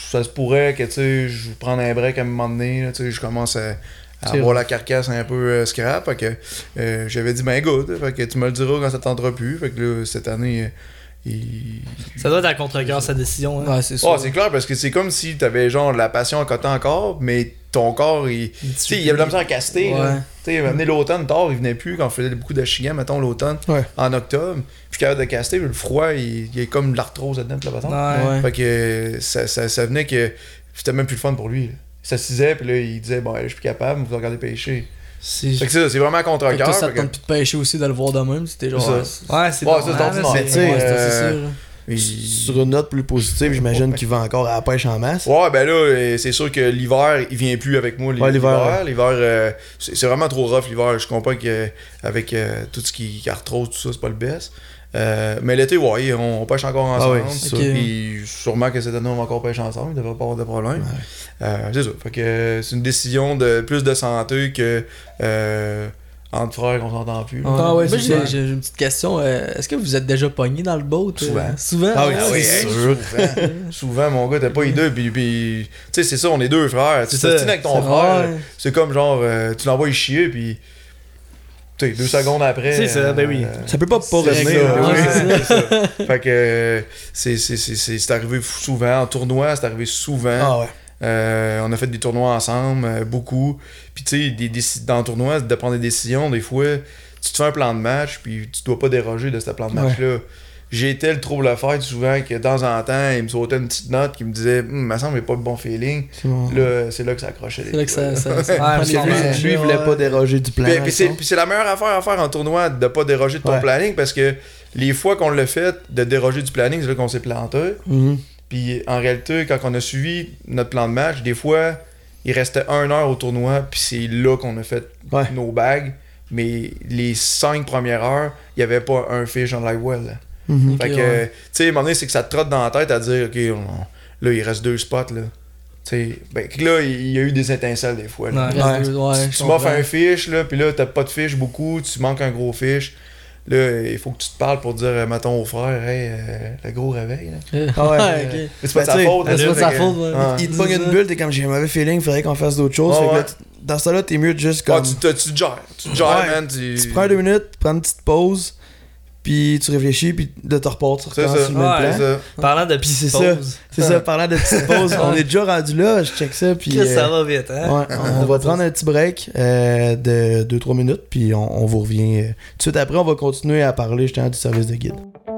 ça se pourrait que, tu sais, je vais prendre un break à un moment donné, là, tu sais, je commence à, à avoir la carcasse un peu euh, scrap, fait que euh, j'avais dit, ben, good, fait que tu me le diras quand ça tentera plus, fait que là, cette année... Il... Ça doit être à contre-cœur sa décision. Hein. Ouais, c'est ça. Oh, c'est clair parce que c'est comme si t'avais genre la passion à côté encore, mais ton corps, il. Tu sais, il y avait de la misère à caster. Ouais. Tu sais, amené l'automne tard, il venait plus quand on faisait beaucoup d'Achigan, mettons l'automne, Ouais. en octobre. Puis capable de caster, le froid, il, il y a comme de l'arthrose dedans, la bâton. Ouais. Ouais. Fait que ça, ça, ça venait que c'était même plus le fun pour lui. Là. Il s'assisait, puis là, il disait, bon, je suis plus capable, vous regardez pêcher. C'est Fait que c'est ça, c'est vraiment à Fait que contre-cœur. toi, ça te fait que- tente plus de pêcher aussi de le voir de même. C'était genre. C'est Ouais, ça. Ouais, c'est Ouais, bon, ça, c'est hein, ordinaire. mais Mais c'est- tu sais, c'est euh, ça. là. il- Sur une note plus positive, j'imagine qu'il va encore à la pêche en masse. Ouais, ben là, euh, c'est sûr que l'hiver, il vient plus avec moi. Ouais, l'hiver, L'hiver, l'hiver euh, c'est c'est vraiment trop rough l'hiver. Je comprends qu'avec euh, tout ce qui est arthrose, tout ça, c'est pas le best. Euh, mais l'été, ouais, on, on pêche encore ensemble. Ah oui, c'est ça. Puis sûrement que cette année, on va encore pêcher ensemble. Il devrait pas avoir de problème. Euh, c'est ça. Fait que euh, c'est une décision de plus de santé que euh, entre frères qu'on s'entend plus. là. Ah ouais, c'est Moi, ça. j'ai j'ai une petite question. euh, Est-ce que vous êtes déjà pogné dans le boat euh, Souvent. Souvent. Ah oui, ouais, ah oui, c'est c'est sûr. sûr. Souvent, souvent, mon gars, t'as pas les deux. Puis, puis tu sais, c'est ça, on est deux frères. Tu C'est ça. t'ostines avec ton C'est frère. vrai. C'est comme genre, euh, tu l'envoies chier, puis. Tu sais, deux secondes après. C'est ça, ben oui. Ça peut pas pas c'est revenir. ça, là. oui, Ouais, c'est ça. Fait que euh, c'est, c'est, c'est, c'est, c'est arrivé souvent. En tournoi, c'est arrivé souvent. Ah ouais. Euh, on a fait des tournois ensemble, euh, beaucoup. Puis tu sais, des, des, dans le tournoi, de prendre des décisions, des fois, tu te fais un plan de match, puis tu dois pas déroger de ce plan de match-là. J'ai été le trouble à faire souvent que de temps en temps, il me sautait une petite note qui me disait Hum, il me semble qu'il n'y a pas de bon feeling. C'est bon. Là, c'est là que ça accrochait. C'est là que ça. ça, ça Ouais, prend parce des que Lui, décisions, lui, il voulait ouais. pas déroger du plan. Puis, puis c'est, ça. puis c'est la meilleure affaire à faire en tournoi de pas déroger de ton Ouais. planning parce que les fois qu'on l'a fait de déroger du planning, c'est là qu'on s'est planté. Mhm. Puis en réalité, quand on a suivi notre plan de match, des fois, il restait une heure au tournoi, puis c'est là qu'on a fait Ouais. nos bagues. Mais les cinq premières heures, il n'y avait pas un fish en live well. Là. Mhm. Fait Ok, que, ouais. tu sais, à un moment donné, c'est que ça te trotte dans la tête à dire, OK, on- là, il reste deux spots, là. Tu sais, ben, que là, il y a eu des étincelles des fois. là. Ouais. Il reste Ouais. deux- ouais, je Tu m'offres comprends. un fish, là, puis là, t'as pas de fish beaucoup, tu manques un gros fish. Là, il faut que tu te parles pour dire, euh, mettons au frère, hey, euh, le gros réveil, là. Euh, Ah ouais, ouais, euh, ok. Mais c'est pas de Ben, sa tu sais, faute, là. C'est pas de fait sa que- faute, ouais. Ouais. Il te pogne une bulle, t'es comme j'ai un mauvais feeling, faudrait qu'on fasse d'autres choses. Ah Fait que là, ouais. t- dans ce là t'es mieux de juste Ah, comme. tu, te- tu te gères. Tu te gères, Ouais. man. Tu, Tu prends deux minutes, prends une petite pause, puis tu réfléchis, puis de te repars, tu C'est recommences ça. sur le même Ouais, plan. C'est ça. Parlant de Puis petites c'est ça. pauses, C'est ça, parlant de petite pause, on est déjà rendu là, je check ça, puis. Chris, ça euh, va vite, hein? ouais, on va prendre un petit break euh, de deux trois minutes, puis on, on vous revient. euh, Tout de suite après, on va continuer à parler justement du service de guide.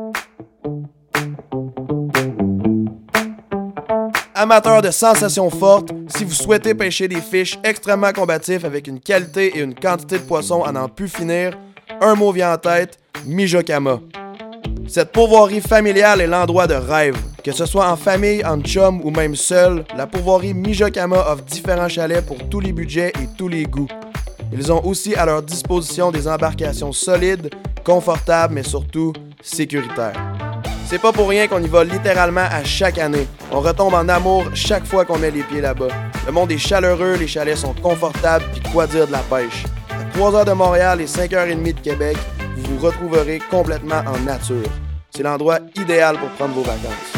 Amateurs de sensations fortes, si vous souhaitez pêcher des fiches extrêmement combatifs avec une qualité et une quantité de poissons à n'en plus finir, un mot vient en tête, Mijokama. Cette pourvoirie familiale est l'endroit de rêve. Que ce soit en famille, en chum ou même seul, la pourvoirie Mijokama offre différents chalets pour tous les budgets et tous les goûts. Ils ont aussi à leur disposition des embarcations solides, confortables mais surtout sécuritaires. C'est pas pour rien qu'on y va littéralement à chaque année. On retombe en amour chaque fois qu'on met les pieds là-bas. Le monde est chaleureux, les chalets sont confortables, puis quoi dire de la pêche. À trois heures de Montréal et cinq heures trente de Québec, vous vous retrouverez complètement en nature. C'est l'endroit idéal pour prendre vos vacances.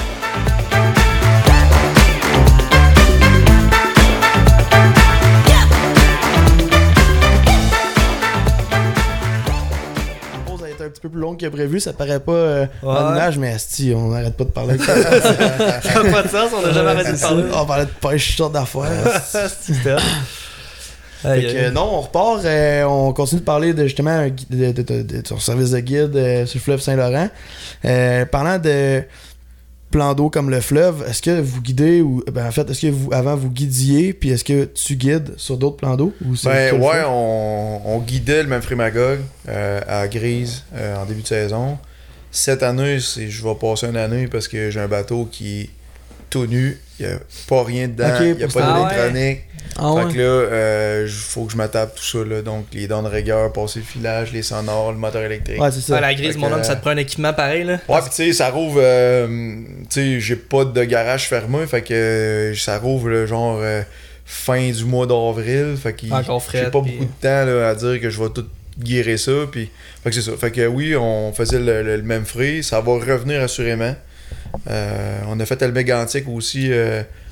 La pause a été un petit peu plus longue que prévu, ça paraît pas euh, en Ouais. image, mais asti, on n'arrête pas de parler. Ça n'a pas de sens, on n'a jamais arrêté de parler. On parlait de pêche, sorte d'affaires. C'était hot. Fait Aïe, que, aïe. euh, non, on repart. euh, on continue de parler de justement un gui- de, de, de, de ton service de guide euh, sur le fleuve Saint-Laurent. Euh, parlant de plans d'eau comme le fleuve, est-ce que vous guidez ou ben en fait est-ce que vous avant vous guidiez puis est-ce que tu guides sur d'autres plans d'eau ou c'est Ben que le ouais, fleuve? on, on guidait le Memphrey Magog euh, à Grise euh, en début de saison. Cette année, c'est, je vais passer une année parce que j'ai un bateau qui est tout nu. Il n'y a pas rien dedans. Ok, Il n'y a pour pas ça. d'électronique. Ah Fait ouais. que là, euh, il faut que je m'attape tout ça. Là. Donc, les dents de rigueur, passer le filage, les sonores, le moteur électrique. Ouais, c'est ça. Ouais, la grise, Fait mon que, homme, ça te prend un équipement pareil, là. Ouais, pis tu sais, ça rouvre. euh, tu sais, j'ai pas de garage fermé, fait que euh, ça rouvre le genre euh, fin du mois d'avril. Fait que Encore j'ai frais, pas pis- beaucoup de temps là, à dire que je vais tout guérir ça. Pis, fait que c'est ça. Fait que oui, on faisait le, le- le Memphrey. Ça va revenir assurément. Euh, on a fait le Mégantic aussi euh,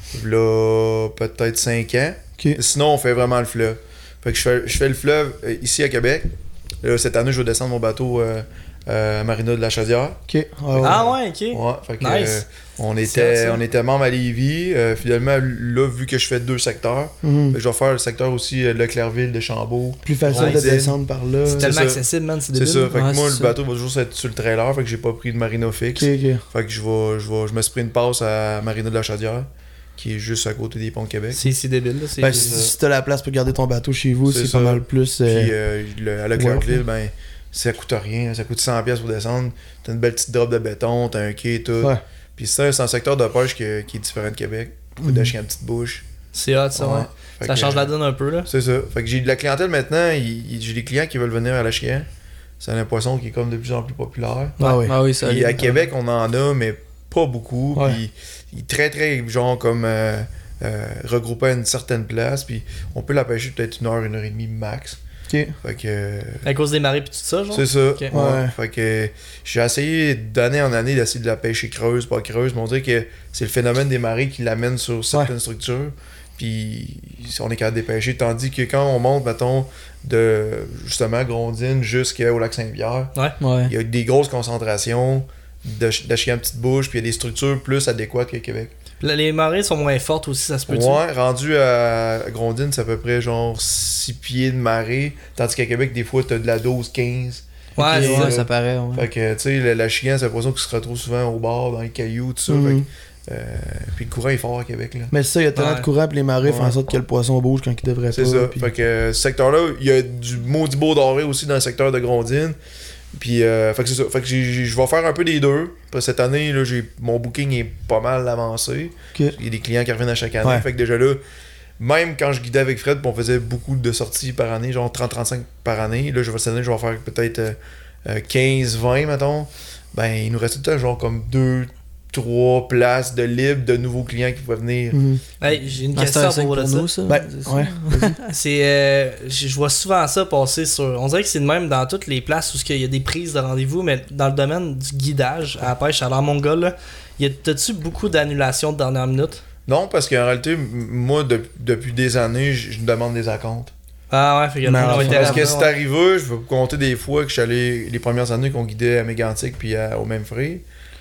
là, peut-être cinq ans. Ok. Sinon, on fait vraiment le fleuve. Fait que je fais, je fais le fleuve euh, ici à Québec. Là, cette année, je vais descendre mon bateau euh, euh, à Marina de la Chaudière. Ok. Ouais, ouais. Ah ouais, ok. Ouais, fait que, Nice. euh, on, C'est était, ça. on était membre à Lévis. Euh, finalement, là, vu que je fais deux secteurs, Mhm. fait que je vais faire le secteur aussi euh, de Leclercville, de Chambault. Plus facile de Grondine. descendre par là. C'est tellement ça. accessible, man, c'est C'est débile. ça. Fait que Ouais, moi, c'est le ça. bateau va toujours être sur le trailer. Fait que j'ai pas pris de marina fixe. Ok, ok. Fait que je vais, je vais, je me suis pris une passe à Marina de la Chaudière, qui est juste à côté des ponts de Québec. C'est c'est débile, là. c'est- Ben, si, si t'as la place pour garder ton bateau chez vous, C'est c'est ça. pas mal plus. euh, Puis euh, le- à Leclercville, ben, ça coûte rien. Ça coûte cent pièces pour descendre. T'as une belle petite drop de béton, t'as un quai, tout. Ouais. Puis c'est un, c'est un secteur de pêche que- qui est différent de Québec. Faut Mhm. d'acheter une petite bouche. C'est hot, ça, ouais. Fait Ça que, change la euh, donne un peu, là. C'est ça. Fait que j'ai de la clientèle maintenant. il- il- J'ai des clients qui veulent venir à la Chienne. C'est un poisson qui est comme de plus en plus populaire. Ah oui. Ah oui, ça Puis allait. à Québec, on en a, mais pas beaucoup. Ouais. Puis il est très, très, genre, comme euh, euh, regroupé à une certaine place. Puis on peut la pêcher peut-être une heure, une heure et demie max. Ok. Fait que. euh, À cause des marées pis tout ça, genre. C'est ça. Ok. Ouais. Ouais. Fait que j'ai essayé d'année en année d'essayer de la pêcher creuse, pas creuse. Mais on dirait que c'est le phénomène des marées qui l'amène sur certaines structures. Puis on est capable de les pêcher. Tandis que quand on monte, mettons, de justement Grondine jusqu'au lac Saint-Pierre, Ouais. il y a des grosses concentrations d'acheter une petite bouche, puis il y a des structures plus adéquates que Québec. Là, les marées sont moins fortes aussi, ça se peut-tu? Ouais, rendu à Grondine, c'est à peu près genre six pieds de marée. Tandis qu'à Québec, des fois, t'as de la douze quinze. Ouais, Ok, c'est ouais, ça. ça paraît. Ouais. Fait que, tu sais, la, la chienne, c'est un poisson qui se retrouve souvent au bord, dans les cailloux, tout ça. Mhm. Fait que, euh, puis le courant est fort à Québec, là. Mais c'est ça, il y a tellement Ouais. de courant, puis les marées font en Ouais. sorte que le poisson bouge quand il devrait pas. C'est ça. puis- Fait que euh, ce secteur-là, il y a du maudit beau doré aussi dans le secteur de Grondine. Puis, euh, fait que c'est ça. Fait que j'ai- j'ai- je vais faire un peu des deux. Puis cette année, là, j'ai mon booking est pas mal avancé. Ok. Il y a des clients qui reviennent à chaque année. Ouais. Fait que déjà là, même quand je guidais avec Fred, puis on faisait beaucoup de sorties par année, genre trente à trente-cinq par année. Là, je vais, cette année, je vais faire peut-être euh, euh, quinze vingt, mettons. Ben, il nous reste tout le temps, genre, comme deux trois places de libre de nouveaux clients qui pouvaient venir. Mhm. Hey, j'ai une Master question cinq pour pour ça. nous, ça. Ben, c'est ça. ouais. C'est, euh, je je vois souvent ça passer sur. On dirait que c'est de même dans toutes les places où il y a des prises de rendez-vous, mais dans le domaine du guidage à la pêche à l'Armongol, là, y a- t'as-tu beaucoup d'annulations de dernière minute? Non, parce qu'en réalité, m- moi, de- depuis des années, je je me demande des acomptes. Ah ouais, fait que Mais le monde alors, a été Parce là-dedans, que c'est ouais. arrivé, je vais vous compter des fois que je suis allé, les premières années qu'on guidait à Mégantic puis à- au même frais.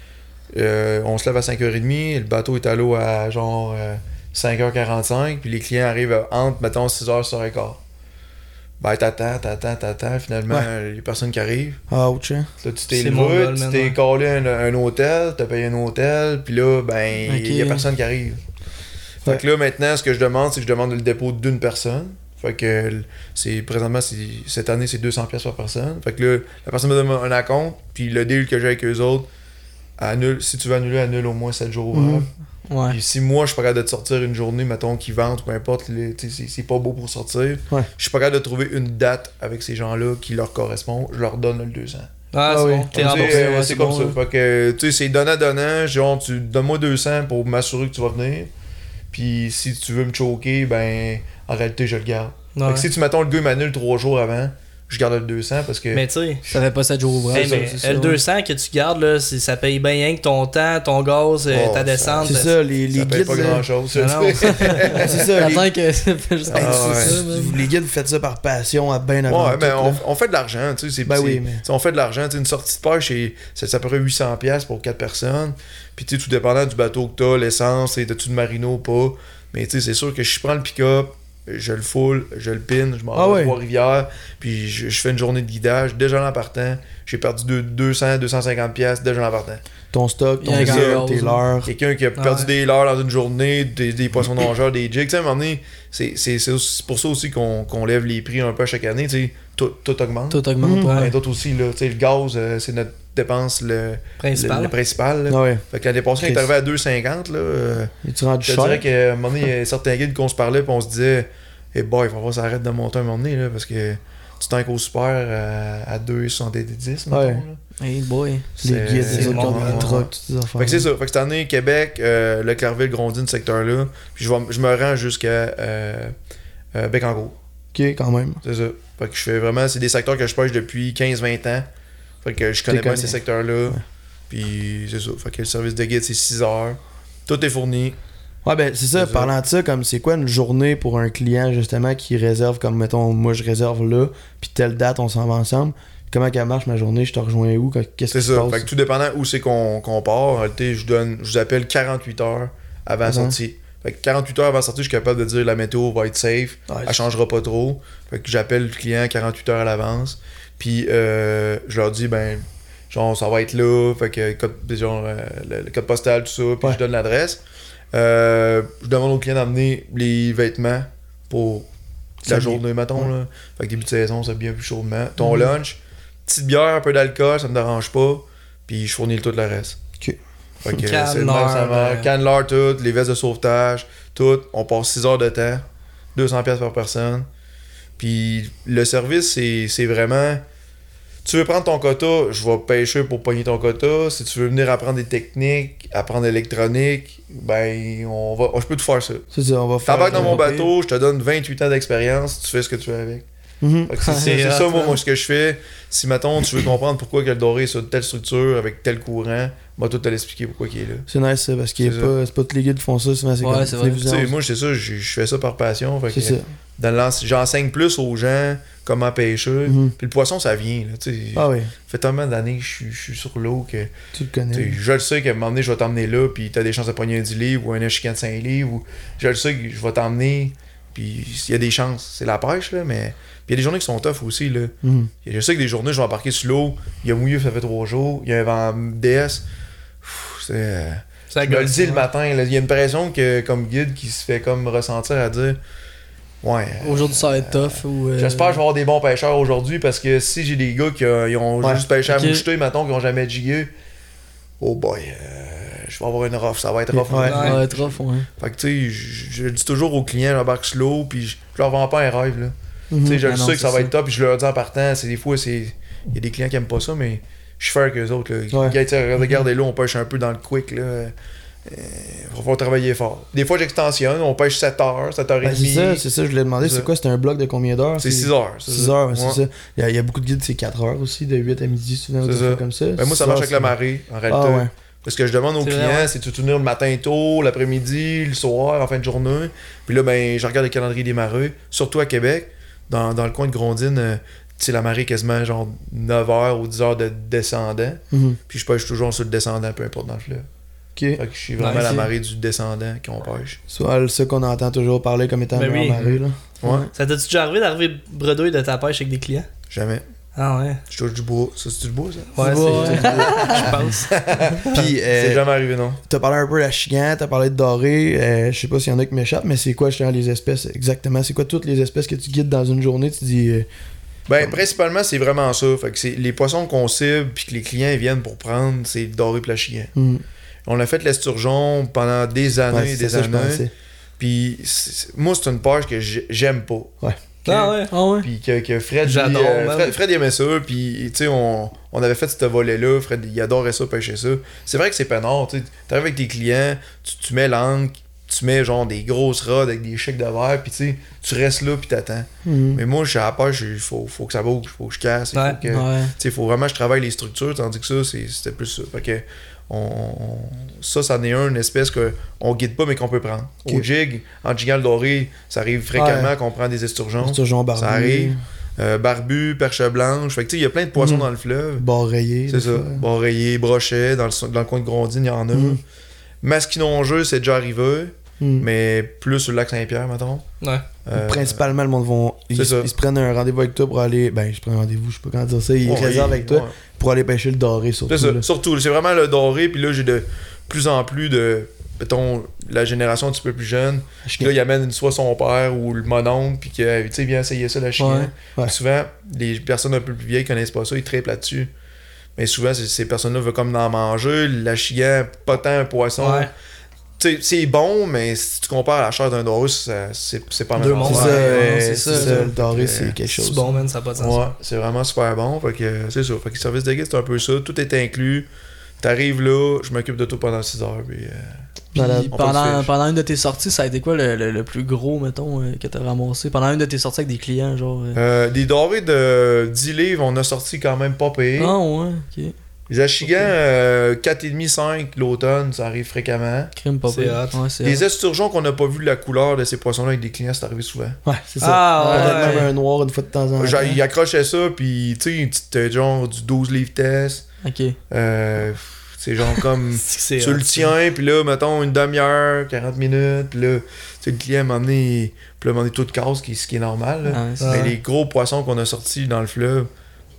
Euh, on se lève à cinq heures trente, le bateau est à l'eau à genre euh, cinq heures quarante-cinq, puis les clients arrivent à- entre, mettons, six heures, six heures quinze. Ben, t'attends, t'attends, t'attends, finalement, Ouais. les personnes qui arrivent. Ouch, hein. Là, tu t'es C'est levé, mongol, tu man, t'es ouais. collé un, un hôtel, t'as payé un hôtel, puis là, ben, il Ok. y a personne qui arrive. Fait Ouais. que là, maintenant, ce que je demande, c'est que je demande le dépôt d'une personne. Fait que l- c'est présentement, c'est, cette année, c'est deux cents pièces par personne. Fait que là, la personne me donne un acompte, puis le deal que j'ai avec eux autres, annule, si tu veux annuler, annule au moins sept jours ouvrables. Ouais. Puis si moi, je suis pas capable de te sortir une journée, mettons, qui vendent, ou peu importe, les- tu sais, c'est, c'est pas beau pour sortir, Ouais. je suis pas capable de trouver une date avec ces gens-là qui leur correspond, je leur donne le deux cents. Ah, Ah c'est oui. bon, t'es Tu sais, remboursé. euh, ouais, c'est c'est comme bon, ça. là. Fait que, tu sais, c'est donnant-donnant. Genre, tu donnes-moi deux cents pour m'assurer que tu vas venir. Puis si tu veux me choquer, ben, en réalité, je le garde. Ouais. Fait que si tu mettons le gars, il m'annule trois jours avant, je garde le deux cents parce que. Mais tu sais, Ça fait pas sept jours ouvrables. hey, mais ça, c'est ça, L deux cents que tu gardes, là, c'est- ça paye bien rien que ton temps, ton gaz, euh, Oh, ta ça- descente. C'est ça, les, les ça paye guides. pas là, grand-chose. Non, ça, non. tu sais. c'est ça, les, Attends que ça fait juste Ah, Hey, ouais. c'est ça, vous- les guides, vous faites ça par passion à bien avant. Ouais, tout, mais là. on, on fait de l'argent, tu sais. c'est- Ben c'est- oui, mais- tu sais, on fait de l'argent. Tu sais, une sortie de pêche, c'est, c'est, c'est à peu près huit cents piastres pour quatre personnes. Puis, tu sais, tout dépendant du bateau que t'as, l'essence, et t'as-tu de marino ou pas. Mais, tu sais, c'est sûr que je prends le pick-up, je le full, je le pin, je m'en Ah vais ouais. à Trois-Rivières, puis je, je fais une journée de guidage. Déjà en partant, j'ai perdu deux- deux cents, deux cent cinquante piastres déjà en partant. Ton stock, ton Il y a un guide, gaz, tes hein. leurres. Quelqu'un qui a Ah perdu ouais. des leurres dans une journée, des, des poissons nageurs, des jigs. Tu sais, à un moment donné, c'est, c'est, c'est aussi- c'est pour ça aussi qu'on, qu'on lève les prix un peu à chaque année. Tu sais, tout, tout augmente. Tout augmente, Mmh. ouais. Mais d'autres aussi, là, tu sais, le gaz, euh, c'est notre dépense le, Principal. le, le principal. là. Ah ouais. Fait que l'année passée, quand Chris. est arrivé à deux cinquante, là, euh, Et tu rentres je te cher. dirais qu'à un moment donné, il y a certains guides qu'on se parlait, puis on se disait, eh boy, il va falloir que ça arrête de monter un moment donné, là, parce que tu tanques au super à, à deux soixante-dix, mettons, Ouais. là. Hey boy. Les C'est- guides, c'est les autres qui ont bon, des ouais, trucks, ouais. toutes ces affaires. Fait que c'est ça. Fait que cette année, Québec, euh, le Leclercville, Grondine, ce secteur-là, puis je, vais, je me rends jusqu'à euh, euh, Bécancour. Ok, quand même. C'est ça. Fait que je fais vraiment, c'est des secteurs que je pêche depuis quinze vingt ans. Fait que je connais T'es bien connais. ces secteurs-là. Puis c'est ça. Fait que le service de guide, c'est six heures. Tout est fourni. Ouais, ben c'est ça. C'est ça. Parlant de ça, comme c'est quoi une journée pour un client justement qui réserve, comme mettons, moi je réserve là, puis telle date on s'en va ensemble. Comment qu'elle marche ma journée, je te rejoins où, qu'est-ce C'est qui se ça. passe? Fait que tout dépendant où c'est qu'on qu'on part, en réalité, je donne, je vous appelle quarante-huit heures avant la Mhm. sortie. Fait que quarante-huit heures avant la sortie, je suis capable de dire la météo va être safe, Ouais, elle changera pas trop. Fait que j'appelle le client quarante-huit heures à l'avance. Puis euh, je leur dis, ben, genre, ça va être là. Fait que code, genre, euh, le, le code postal, tout ça. Puis Ouais. je donne l'adresse. Euh, je demande au client d'amener les vêtements pour la Ça journée, mettons. Ouais. Là. Fait que début de saison, ça bien plus chaudement. Ton Mhm. lunch, petite bière, un peu d'alcool, ça me dérange pas. Puis je fournis le tout le reste. Ok. Fait que Canneleur, c'est le même, ça marche. euh. Canneleur, tout, les vestes de sauvetage, tout. On passe six heures de temps, deux cents dollars par personne. Puis le service, c'est c'est vraiment... Tu veux prendre ton quota, je vais pêcher pour pogner ton quota. Si tu veux venir apprendre des techniques, apprendre l'électronique, ben, on va, je peux tout faire ça. C'est ça, on va faire. T'embarques dans mon euh, bateau, je te donne vingt-huit ans d'expérience, tu fais ce que tu veux avec. Mhm. Fait que c'est ça, C'est c'est hot, ça, moi, hein. moi, ce que je fais. Si, mettons, tu veux comprendre pourquoi que le doré est sur telle structure, avec tel courant, moi, tout te l'expliquer pourquoi il est là. C'est nice ça, parce qu'il C'est est pas, c'est pas tous les gars qui font ça, souvent c'est Ouais, comme c'est vrai. Tu sais, moi, c'est ça, je je fais ça par passion. Fait C'est que ça. dans le lance- j'enseigne plus aux gens comment pêcher. Mhm. Puis le poisson, ça vient. Là, tu sais. Ah oui, Ça fait tellement d'années que je suis- je suis sur l'eau que tu le tu sais, connais. je le sais qu'à un moment donné, je vais t'emmener là, puis t'as des chances de pogner un dix livres ou un échiquier de cinq livres. Ou... Je le sais que je vais t'emmener, puis il y a des chances. C'est la pêche, là, mais. Puis il y a des journées qui sont tough aussi. Là. Mhm. Et je sais que des journées, je vais embarquer sur l'eau, il y a mouillé, ça fait trois jours, il y a un vent D S. Pff, C'est. euh, Ça Je me le gosse, dis le hein. matin, là. Il y a une pression que, comme guide qui se fait comme ressentir à dire ouais. euh, Aujourd'hui, ça va être tough. Ou, euh, J'espère que je vais avoir des bons pêcheurs aujourd'hui parce que si j'ai des gars qui euh, ils ont Ouais, juste pêché ok. à moucheté, mettons, qui ont jamais jigué, oh boy, euh, je vais avoir une rough, ça va être rough. Ouais. Ça va être rough, ouais. Fait que tu sais, je, je le dis toujours aux clients, j'embarque slow, puis je, je leur vends pas un rêve, là. Mhm. Tu sais, je Ah le non, sais que ça c'est va ça. être top, puis je leur dis en partant, c'est des fois, c'est. Il y a des clients qui aiment pas ça, mais je suis fair avec eux autres, là. Ouais. Gars, tu sais, regardez là, on pêche un peu dans le quick, là. Euh, va falloir travailler fort. Des fois, j'extensionne, on pêche sept heures, sept heures Ben, c'est trente. ça, c'est ça, je voulais demander, C'est c'est ça. quoi, c'était un bloc de combien d'heures? C'est six heures. c'est six ça. heures, Ouais. c'est ça. Il y, a, il y a beaucoup de guides, c'est quatre heures aussi, de huit à midi, souvent, C'est des ça. trucs comme ça. Ben, moi, ça Six marche heures, avec la c'est- marée, en réalité. Ah ouais. Parce que je demande aux C'est clients, vrai, ouais. c'est tu venir le matin tôt, l'après-midi, le soir, en fin de journée. Puis là, ben, je regarde le calendrier des marées, surtout à Québec, dans, dans le coin de Grondine, euh, tu sais, la marée est quasiment genre neuf heures ou dix heures de descendant. Mhm. Puis je pêche toujours sur le descendant, peu importe dans le fleuve. Ok. Fait que je suis vraiment Ouais, la c'est- marée du descendant qu'on pêche. Soit ça qu'on entend toujours parler comme étant Ben la meilleure oui. marée, là. Ouais. Ça t'as-tu déjà arrivé d'arriver bredouille de ta pêche avec des clients? Jamais. Ah ouais. Je touche du bois. Ça, c'est du bois, ça? Ouais, Du bois, c'est. Je pense. Puis, C'est euh, jamais arrivé, non. t'as parlé un peu de la chigan, t'as parlé de doré, euh, je sais pas s'il y en a qui m'échappent, mais c'est quoi justement les espèces exactement? C'est quoi toutes les espèces que tu guides dans une journée? Tu dis. euh, Ben, principalement, c'est vraiment ça. Fait que c'est les poissons qu'on cible puis que les clients ils viennent pour prendre, c'est le doré et la chigan. hmm. On a fait l'esturgeon pendant des années Ouais, et c'est des ça, je années. pensais. Puis c'est- c'est- moi, c'est une pêche que j'ai- j'aime pas. Que- Ah ouais. Ah ouais? Puis que, que Fred, lui, J'adore, euh, man. Fred, Fred, il aimait ça. Puis, tu sais, on, on avait fait ce volet-là. Fred, il adorait ça, pêcher ça. C'est vrai que c'est peinard. Tu arrives avec tes clients, tu, tu mets l'encre, tu mets genre des grosses rods avec des chèques de verre, puis tu sais, tu restes là, puis t'attends. Mhm. Mais moi, je suis à la pêche, il faut, faut que ça bouge, il faut que je casse. Il Ouais. faut que, Ouais. tu sais, faut vraiment que je travaille les structures, tandis que ça, c'est- c'était plus ça. Fait que, on, on- ça, c'en est un, une espèce qu'on guide pas, mais qu'on peut prendre. Ok. Au jig, en jigal doré, ça arrive fréquemment Ouais. qu'on prend des esturgeons. Esturgeon barbu. Ça arrive. Euh, barbu, perche blanche. Fait que, tu sais, il y a plein de poissons Mhm. dans le fleuve. Bord rayé. C'est des ça. fois. Barrayé, brochet, dans le, dans le coin de Grondine, il y en a. Mhm. Masquinongeux, c'est déjà arrivé, Mhm. mais plus sur le lac Saint-Pierre, mettons. Ouais. Euh, Principalement, le monde vont. Ils, c'est ça. ils se prennent un rendez-vous avec toi pour aller. Ben, je prends un rendez-vous, je sais pas comment dire ça. Ils ouais, réservent avec toi ouais. pour aller pêcher le doré, surtout. C'est ça, là. surtout. C'est vraiment le doré, puis là, j'ai de plus en plus de, mettons, la génération un petit peu plus jeune. Puis là, il amène une, soit son père ou le mononcle, puis que, tu sais, viens essayer ça, la chienne. Ouais. Ouais. Souvent, les personnes un peu plus vieilles connaissent pas ça, ils trippent là-dessus. Mais souvent, c'est- ces personnes-là veulent comme en manger. La chienne, pas tant un poisson. Ouais. Tu sais, c'est bon, mais si tu compares à la chair d'un doré, ça- c'est c'est pas Deux même mondes. C'est affaire. ça, Ouais, euh, c'est c'est ça, ça, ça. le doré, Euh, c'est quelque chose. C'est bon, man, ça n'a pas de sens. Ouais, c'est vraiment super bon. Fait que c'est ça. Fait que le service de guide, c'est un peu ça. Tout est inclus. T'arrives là, je m'occupe de tout pendant six heures. Puis, euh, Puis Malade. On peut le pendant, faire. pendant une de tes sorties, ça a été quoi le, le, le plus gros, mettons, euh, que t'as ramassé? Pendant une de tes sorties avec des clients, genre. euh, euh, des dorés de dix livres, on a sorti quand même pas payé. Ah ouais, ok. Les Achigan, euh, quatre virgule cinq cinq l'automne, ça arrive fréquemment. Crime pas C'est pire. hot. Ouais, c'est Les hot. esturgeons qu'on n'a pas vu la couleur de ces poissons-là avec des clients, c'est arrivé souvent. Ouais, c'est ça. Ah, Peut-être ouais. même un noir une fois de temps en temps. Genre, ils accrochaient ça, puis tu sais, une petite, euh, genre du douze livres test. Ok. Euh, c'est genre comme. C'est Tu hot. le tiens, puis là, mettons une demi-heure, quarante minutes, puis là, tu sais, le client m'a amené, puis là, m'a amené tout de casse, ce qui ce qui est normal. Là. Ah, ouais, c'est- Mais Ouais. les gros poissons qu'on a sortis dans le fleuve,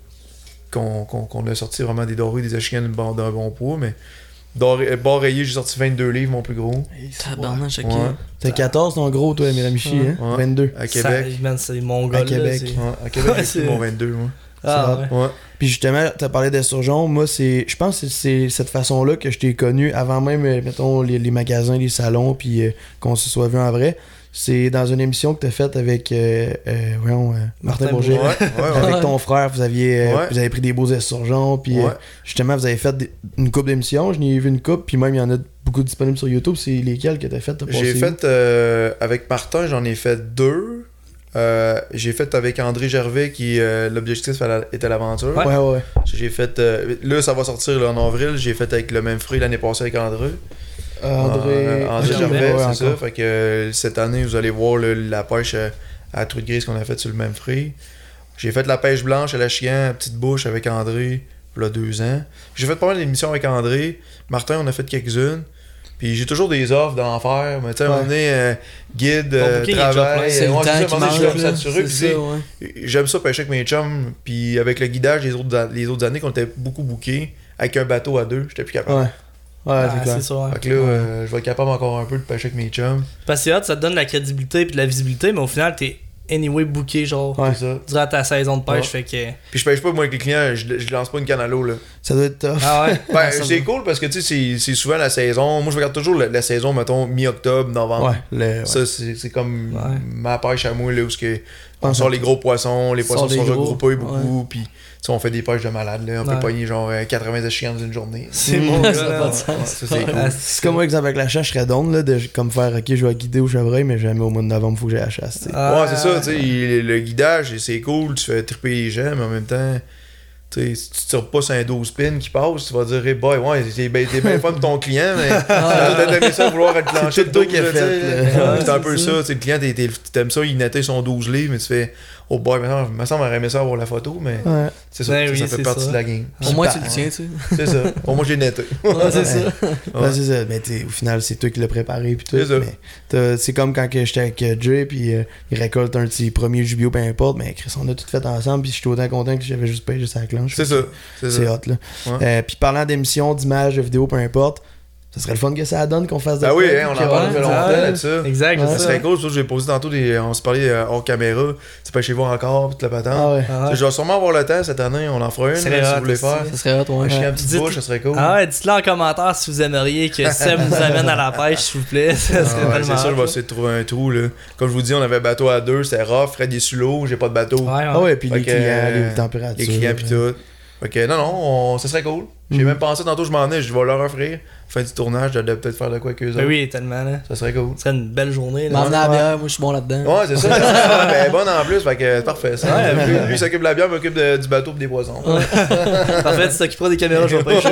qu'on qu'on, qu'on a sorti vraiment des dorés, des achicanes d'un bon, d'un bon poids, mais doré, bord rayé, j'ai sorti vingt-deux livres, mon plus gros. Tabarnak, chaque Ouais. T'as quatorze, ton gros, toi, Miramichi, Ouais. hein? Ouais. vingt-deux. À Ça, Québec. man, c'est mon gars. À Québec. Ouais, à Québec, Ouais, j'ai c'est- pris mon vingt-deux, moi. Ah, ouais. Ouais. Puis justement, t'as parlé d'esturgeon. Moi, c'est, je pense que c'est cette façon-là que je t'ai connu avant même, euh, mettons, les, les magasins, les salons, puis euh, qu'on se soit vu en vrai. C'est dans une émission que t'as faite avec euh, euh, voyons, euh, Martin, Martin Bourget. Ouais, ouais, ouais. Avec ton frère, vous aviez, euh, Ouais. vous avez pris des beaux esturgeons, puis euh, Ouais. justement, vous avez fait des- une coupe d'émissions. Je n'ai vu une coupe, puis même il y en a beaucoup disponibles sur YouTube. C'est lesquelles que t'as faites? T'as J'ai passé où? fait euh, avec Martin, j'en ai fait deux. Euh, j'ai fait avec André Gervais qui euh, l'objectif à la- était l'aventure. Ouais, ouais, ouais. J'ai fait euh, là ça va sortir là, en avril, j'ai fait avec le même fruit l'année passée avec André. Euh, André, Euh, André Gervais, Gervais, ouais, c'est ça. encore. Fait que euh, cette année, vous allez voir le- la pêche euh, à la truite grise qu'on a faite sur le même fruit. J'ai fait la pêche blanche à la Chian, à Petite Bouche avec André, il y a deux ans. J'ai fait pas mal d'émissions avec André. Martin, on a fait quelques-unes. Puis j'ai toujours des offres d'en faire. Mais tu sais, à un moment donné, euh, guide, euh, booking, il y a déjà travail. plein. C'est le ouais, temps ça, à un qui moment donné, manque. je suis là. saturé. C'est Puis ça, tu ouais. sais, j'aime ça pêcher avec mes chums. Puis avec le guidage les autres, a- les autres années qu'on était beaucoup bookés, avec un bateau à deux, j'étais plus capable. Ouais. Ouais, Ah, c'est clair. c'est ça. ouais. Fait que là, euh, je vais être capable encore un peu de pêcher avec mes chums. Parce que hot, ça te donne de la crédibilité puis de la visibilité, mais au final, t'es anyway booké, genre, Ouais. C'est ça. durant ta saison de pêche. Ouais. Fait que. Puis je pêche pas moi avec les clients, je, je lance pas une canne à l'eau là. Ça doit être tough. Ah ouais? Ben, ça c'est va. cool parce que tu sais, c'est- c'est souvent la saison. Moi je regarde toujours la, la saison, mettons, mi-octobre, novembre. Ouais, le, ouais. Ça, c'est c'est comme Ouais. ma pêche à moi là où ce que on Ouais, sort ça- les gros poissons, les Sort poissons des sont gros, regroupés beaucoup, puis tu sais, on fait des pêches de malade là. On Ouais. peut pogner genre euh, quatre-vingts échiens dans une journée. C'est Mmh. mon Ça gars. a là. pas de sens. Ouais, ça, c'est cool. Ah, C'est comme moi, exemple, avec la chasse, je serais down, là, de comme faire, ok, je vais guider au chevreuil, mais jamais au mois de novembre, faut que j'aille à la chasse, tu sais. Ah, Ouais, c'est ça, tu sais, il- le guidage, c'est cool, tu fais triper les gens, mais en même temps, tu sais, si tu tires pas sur un douze pin qui passe, tu vas dire, hey boy, ouais, c'est bien ben fun pour ton client, mais tu vas peut-être aimer ça vouloir être planché C'est de tout toi douze, qui as là, fait, tu sais. là. Ouais, c'est un Ouais, peu c'est ça, ça. tu sais, le client, t'es- t'es- t'aimes ça, il nettait son douze livres, mais tu fais, oh boy, maintenant, il me semble aurait aimé ça avoir la photo, mais Ouais. c'est ça, Ben ça, oui, ça fait c'est partie ça. de la game. Au moins, tu Puis, le tiens, tu sais. C'est ça. Au moins, j'ai netté. Ouais, c'est ça. Ouais, c'est ça. Mais t'sais, au final, c'est toi qui l'as préparé. Puis tout. C'est ça. Mais t'as- c'est comme quand que j'étais avec euh, Jay, puis euh, il récolte un de ses premiers jubilaux, peu importe. Mais Chris, on a tout fait ensemble, puis j'étais autant content que j'avais juste payé juste à la clenche. C'est ça. C'est C'est ça. hot, là. Ouais. Euh, puis parlant d'émissions, d'images, de vidéos, peu importe, ça serait le fun que ça donne qu'on fasse de Ah quoi, oui, puis hein, on en que- parle depuis ouais, longtemps ouais. là-dessus. Exact, Ouais, Ça c'est serait ça. cool, ça, j'ai posé tantôt des. On se parlait euh, hors caméra. Tu peux chez vous encore, puis la patente. Ah ouais. Ah ouais. Je vais sûrement avoir le temps cette année, on en fera une, Ça là, serait si hot vous voulez aussi. faire. Ça serait hot, ouais. Un chien à Ouais. petite Dites- bouche, ça serait cool. Ah ouais, dites-le en commentaire si vous aimeriez que Seb nous amène à la pêche, s'il vous plaît. Ça Ah serait ouais, tellement c'est sûr, je vais hot, essayer de trouver un trou. Là. Comme je vous dis, on avait bateau à deux, c'était rough, Fred est sous l'eau, j'ai pas de bateau. là. Ouais, Ah ouais, puis Fait les que, clients, euh, les températures. Les clients pis tout. Fait que non, non, on- ça serait cool. J'ai Mhm. même pensé tantôt, je m'en ai, je vais leur offrir. Fin du tournage, je dois peut-être faire de quoi avec eux Ben autres. oui, tellement, là. Ça serait cool. Ce serait une belle journée, là. M'emmener à la bière, moi je suis bon là-dedans. Ouais, c'est ça. Ben, elle est bonne en plus, fait que parfait. Ça. Ouais, lui, ouais. lui, il s'occupe de la bière, m'occupe de- du bateau pis des poissons. Parfait, tu t'occuperas des caméras, je vais pêcher.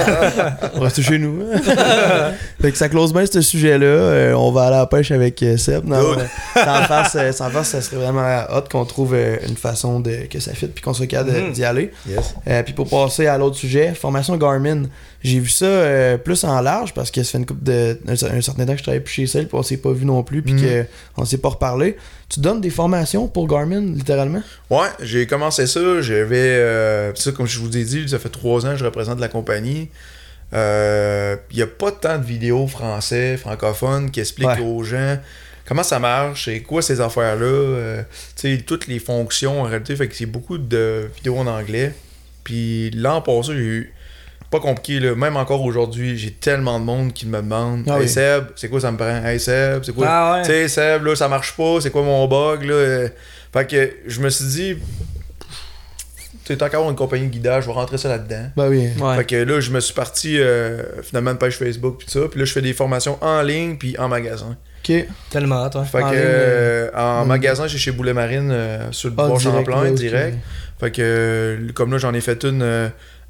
On reste chez nous. Fait que ça close bien ce sujet-là. Euh, on va aller à la pêche avec euh, Seb. Non, Good. euh, sans face, euh, sans face, ça serait vraiment hot qu'on trouve euh, une façon de, que ça fit puis qu'on soit capable de- Mhm. d'y aller. Yes. Euh, puis pour passer à l'autre sujet, formation Garmin. J'ai vu ça euh, plus en large parce que ça fait une couple de un, un certain temps que je travaille plus chez Cell puis on s'est pas vu non plus puis Mhm. que on s'est pas reparlé. Tu donnes des formations pour Garmin littéralement? Ouais, j'ai commencé ça. J'avais. Euh, ça, comme je vous ai dit, ça fait trois ans que je représente la compagnie. Il euh, n'y a pas tant de vidéos français, francophones qui expliquent Ouais. aux gens comment ça marche, c'est quoi ces affaires-là, euh, tu sais, toutes les fonctions en réalité. Fait que c'est beaucoup de vidéos en anglais. Puis l'an passé, j'ai eu. Pas compliqué, là. Même encore aujourd'hui, j'ai tellement de monde qui me demande Ah Hey oui. Seb, c'est quoi ça me prend? Hey Seb, c'est quoi? Ah ouais. Tu sais, Seb, là, ça marche pas, c'est quoi mon bug, là? Euh, Fait que je me suis dit, tu sais, tant qu'à avoir une compagnie de guidage, je vais rentrer ça là-dedans. Ben oui. Ouais. Fait que là, je me suis parti euh, finalement de page Facebook puis tout ça. Puis là, je fais des formations en ligne puis en magasin. Ok. Tellement, toi. Fait En que ligne, euh, en mm. magasin, j'ai chez Boulet Marine euh, sur le Ah, bois direct, Champlain, là, ok. direct. Fait que euh, comme là, j'en ai fait une euh,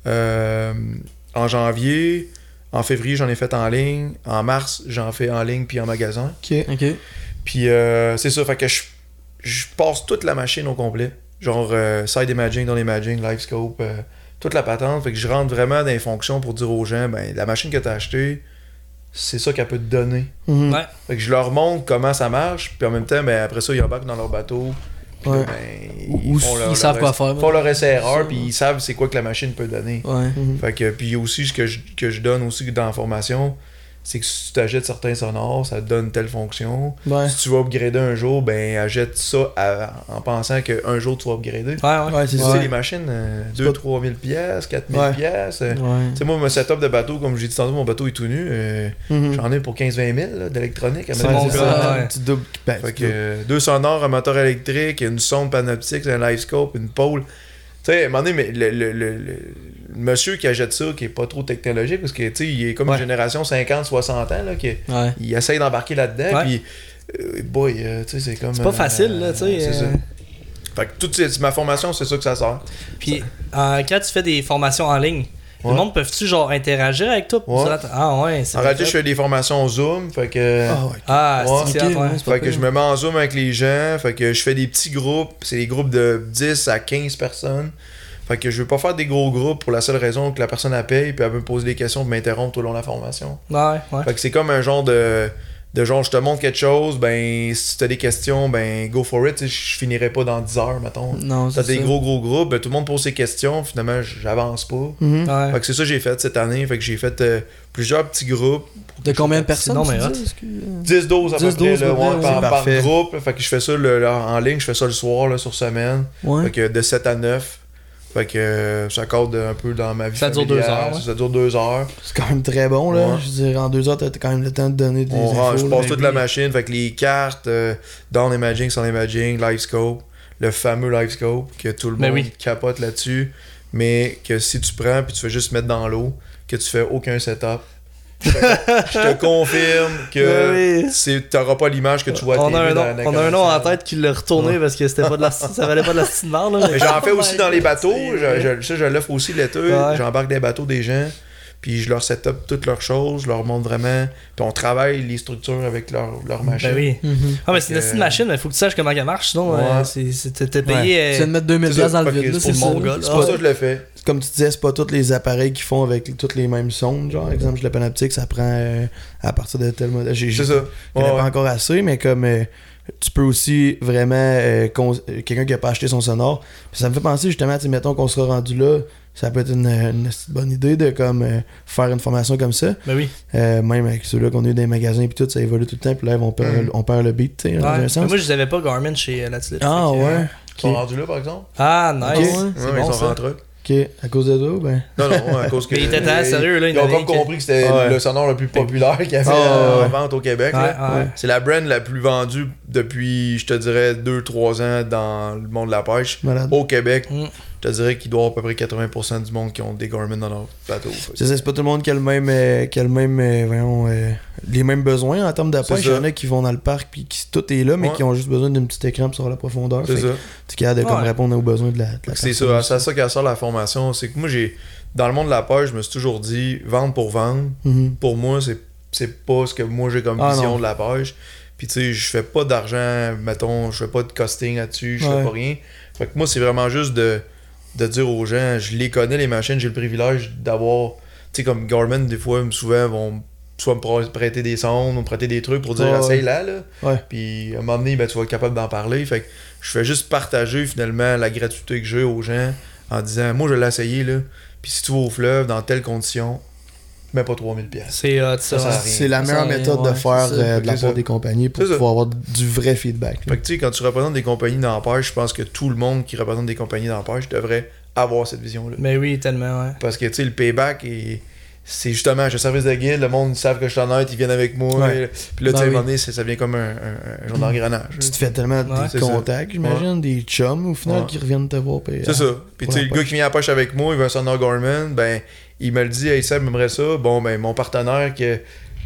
Euh, en janvier, en février, j'en ai fait en ligne. En mars, j'en fais en ligne puis en magasin. Ok. Ok. Puis euh, c'est ça, fait que je, je passe toute la machine au complet. Genre euh, side imaging, dans l'imaging, live scope, euh, toute la patente. Fait que je rentre vraiment dans les fonctions pour dire aux gens, ben la machine que tu as achetée, c'est ça qu'elle peut te donner. Mhm. Ouais. Fait que je leur montre comment ça marche, puis en même temps, ben après ça, ils embarquent dans leur bateau. Puis là, Ouais. ben, Ou- font leur- ils savent leur quoi ess- faire, font leur essai Ça, erreur, puis ouais. ils savent c'est quoi que la machine peut donner. Ouais. Mhm. Fait que, puis il y a aussi ce que je, que je donne aussi dans la formation, c'est que si tu t'achètes certains sonores, ça te donne telle fonction. Ouais. Si tu vas upgrader un jour, ben achète ça à- en pensant qu'un jour tu vas upgrader. Ouais, ouais. Ouais, c'est Tu ça. sais, les machines, euh, deux à trois mille piastres, quatre mille Ouais. piastres. euh, Ouais. Tu sais, moi, mon setup de bateau, comme j'ai dit tantôt, mon bateau est tout nu. euh, Mhm. J'en ai pour quinze à vingt mille là, d'électronique. à C'est mettre mon dessus. gars. ouais. Tu doubles. Ben, Fait tu que euh, deux sonores, un moteur électrique, une sonde panoptique, un live scope, une pôle. Tu sais, à un moment donné, mais le, le, le, le- le monsieur qui achète ça, qui est pas trop technologique, parce que tu sais, il est comme Ouais. une génération cinquante soixante ans, là, qui Ouais. il essaye d'embarquer là-dedans, Ouais. puis euh, boy, euh, tu sais, c'est comme. C'est pas euh, facile, là, tu sais. c'est ça. euh, Fait que toute ces- ma formation, c'est ça que ça sort. Puis, euh, quand tu fais des formations en ligne, Ouais. le monde peut-tu genre interagir avec toi? Ouais. Durant ta- Ah ouais, c'est En réalité, vrai. je fais des formations Zoom, fait que. Ah, ouais. Ah, Ouais. c'est Ok, okay, ouais. ouais, c'est pas Fait que pire. je me mets en Zoom avec les gens, fait que je fais des petits groupes, c'est des groupes de dix à quinze personnes. Fait que je veux pas faire des gros groupes pour la seule raison que la personne elle paye puis elle veut me poser des questions et m'interrompre tout au long de la formation. Ouais, ouais. Fait que c'est comme un genre de de genre je te montre quelque chose, ben si t'as des questions, ben go for it, tu sais, je finirai pas dans dix heures mettons. Non, T'as c'est des ça. gros gros groupes, ben tout le monde pose ses questions, finalement j'avance pas. Mhm. Ouais. Fait que c'est ça que j'ai fait cette année, fait que j'ai fait euh, plusieurs petits groupes, De combien de personnes? non, mais tu hot. dis, est-ce que- dix douze à peu dix, près, douze, là, à peu près, ouais, ouais. par, C'est par parfait. groupe, fait que je fais ça le- le- en ligne, je fais ça le soir là, sur semaine. Ouais. Fait que de sept à neuf. Fait que euh, ça cadre un peu dans ma vie Ça dure familiale. deux heures, ouais. Ça dure deux heures. C'est quand même très bon, là. Ouais. Je veux dire, en deux heures, t'as quand même le temps de donner des On infos. range, je là. passe toute oui. la machine. Fait que les cartes, euh, down imaging, sun imaging, live scope, le fameux live scope, que tout le Mais monde oui. capote là-dessus. Mais que si tu prends puis tu fais juste mettre dans l'eau, que tu fais aucun setup, je te, je te confirme que Ouais, oui. c'est- t'auras pas l'image que tu vois à On a, T V un dans nom, la on a un nom en commerciale. tête qui l'a retourné parce que c'était pas de la, ça valait pas de la petite marde, là. Mais j'en fais aussi dans les bateaux. C'est Je, vrai. je- ça, je l'offre aussi l'été. Ouais. J'embarque des bateaux des gens. Puis je leur set up toutes leurs choses. Je leur montre vraiment. Puis on travaille les structures avec leur, leur machine. Ben oui. Mhm. Ah, mais c'est une Fait que- petite machine, il faut que tu saches comment elle marche, sinon, Ouais. euh, c'est- c'est- t'es t'es payé. Tu euh, viens de mettre deux mille C'est piastres ça, dans le fait vide, que là, c'est c'est pour ça. mon gars, C'est pour ça que je le fais. Comme tu disais, c'est pas tous les appareils qui font avec toutes les mêmes sondes. Genre, exemple, le panoptique, ça prend euh, à partir de tel modèle. J'ai, j'ai- C'est ça. Je connais Ouais, pas ouais. encore assez, mais comme euh, tu peux aussi vraiment euh, cons- euh, quelqu'un qui a pas acheté son sonore. Puis ça me fait penser justement, tu sais, mettons qu'on sera rendu là, ça peut être une, une bonne idée de comme euh, faire une formation comme ça. Ben oui. Euh, même avec ceux-là qu'on a eu dans les magasins et tout, ça évolue tout le temps. Puis là, on perd, Mm. on perd le beat, tu sais, dans Ouais. un Mais sens. moi, je les avais pas Garmin chez euh, la Tulipe. Ah fait que, euh, ouais. Ils sont Ok. rendus là, par exemple? Ah, nice. Ok. C'est Ouais, bon, ils sont ça. rentrés. Ok, à cause de toi, ben. Non, non, à cause que. Mais il était temps, sérieux, là, il Ils ont y en a comme un qui- compris que c'était Ouais. le sonore le plus populaire qu'il y avait Ah, en ouais. vente au Québec. Ouais, là. ouais. C'est la brand la plus vendue depuis, je te dirais, deux trois ans dans le monde de la pêche. Malade. Au Québec, Mm. je te dirais qu'il doit y avoir à peu près quatre-vingts pour cent du monde qui ont des Garmin dans leur bateau. Fait que- C'est ça, c'est pas tout le monde qui a le même, euh, qui a le même euh, voyons, euh, les mêmes besoins en termes d'approche. C'est Il y ça. en a qui vont dans le parc puis qui tout est là, mais Ouais. qui ont juste besoin d'un petit écran pour savoir la profondeur. C'est Fait ça. que Tu es capable de comme, Ouais. répondre aux besoins de la, de la C'est personne ça, aussi. c'est à ça qu'elle sort la formation. C'est que moi, j'ai dans le monde de la pêche, je me suis toujours dit, vendre pour vendre, Mhm. pour moi, c'est, c'est pas ce que moi j'ai comme Ah, vision non. de la pêche. Puis tu sais, je fais pas d'argent, mettons, je fais pas de costing là-dessus, je Ouais. fais pas rien. Fait que moi, c'est vraiment juste de, de dire aux gens, je les connais les machines, j'ai le privilège d'avoir, tu sais, comme Garmin, des fois, souvent, vont soit me pr- prêter des sondes, me prêter des trucs pour dire, Ouais, essaye là, là. Ouais. Puis à un moment donné, ben, tu vas être capable d'en parler. Fait que je fais juste partager finalement la gratuité que j'ai aux gens en disant, moi, je l'ai essayé, là. Puis si tu vas au fleuve, dans telles conditions, mets pas trois mille piastres. C'est hot, ça. Ça sert à ouais. rien. C'est la Ça meilleure sert à rien, méthode de ouais, faire c'est ça. euh, de la C'est part ça. des compagnies pour C'est ça. pouvoir avoir du vrai feedback. là. Fait que tu sais, quand tu représentes des compagnies dans la pêche, je pense que tout le monde qui représente des compagnies dans la pêche devrait avoir cette vision-là. Mais oui, tellement, ouais. Parce que tu sais, le payback, est- c'est justement, je suis service de guide, le monde savent que je suis honnête, ils viennent avec moi. Ouais. et- Puis là, tu Ben sais, à un oui. moment donné, c'est- ça devient comme un, un, un genre d'engrenage. Tu te fais tellement Ouais. des C'est contacts, j'imagine, des chums au final Ouais. qui reviennent te voir. puis, C'est euh, ça. Puis pour tu sais, la le gars pêche. qui vient à la pêche avec moi, il veut un sonore Garmin, ben, il me le dit, hey Seb, j'aimerais ça. Bon, ben, mon partenaire, que,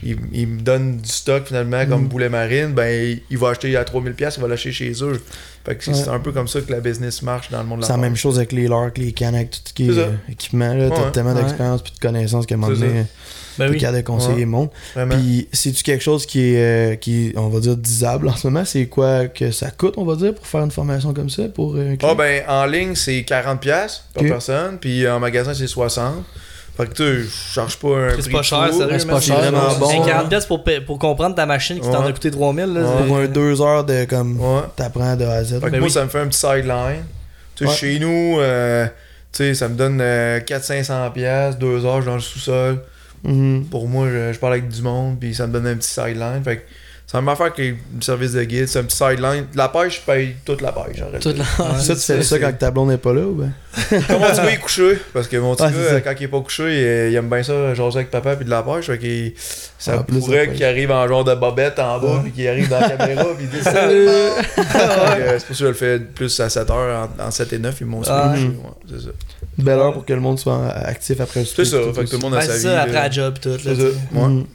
il, il me donne du stock finalement comme Mm. boulet marine, ben il, il va acheter à trois mille dollars, il va l'acheter chez eux. Fait que c'est, Ouais. c'est un peu comme ça que la business marche dans le monde de C'est la la même pêche. chose avec les leurres, avec les cannes, avec tout ce qui est C'est ça. euh, équipement. Là, t'as Ouais. tellement Ouais. d'expérience puis de connaissances qu'à un moment C'est donné, Ben t'es oui. capable de conseiller Ouais. le monde. Vraiment. Puis, c'est-tu quelque chose qui est, euh, qui est, on va dire, disable en ce moment? C'est quoi que ça coûte, on va dire, pour faire une formation comme ça? Pour, euh, un Ah client? ben en ligne c'est quarante dollars par Ok. personne, puis en magasin c'est soixante. Fait que tu sais, je charge pas un C'est prix pas de cher, fou. sérieux. c'est man. pas cher, vraiment ouais. bon. Hey, hein. quarante pièces pour, pa- pour comprendre ta machine qui t'en Ouais. a coûté trois mille. Là, Ouais. c'est- Pour un deux heures de comme Ouais. t'apprends de A à Z. Fait que Ben moi oui. ça me fait un petit sideline. Tu sais, Ouais. chez nous, euh, tu sais, ça me donne euh, quatre à cinq cents dollars, deux heures, je suis dans le sous-sol. Mhm. Pour moi, je, je parle avec du monde, puis ça me donne un petit sideline. Fait que c'est la même affaire que le service de guide, c'est un petit sideline. La pêche, je paye toute la pêche. en réalité. Toute la... Ça, tu fais ça quand ta blonde n'est pas là ou ben? Quand mon petit gars est couché, parce que mon petit Ouais, gars, c'est ça. euh, quand il est pas couché, il, il aime bien ça, jaser avec papa puis de la pêche. Fait qu'il, ça Ah, plus de pourrait pêche. qu'il arrive en genre de bobette en bas, Ouais. puis qu'il arrive dans la caméra, puis il dit salut! Fait que, euh, c'est pour ça que je le fais plus à sept heures, en, en sept et neuf, ils m'ont Ah. couché. Ouais, c'est ça. Une belle heure pour que le monde soit actif après le C'est ça, souper, fait que tout le monde a Ouais, sa c'est vie. ça, après là. la job tout. Là, C'est ça. tu sais. Ouais. Mhm.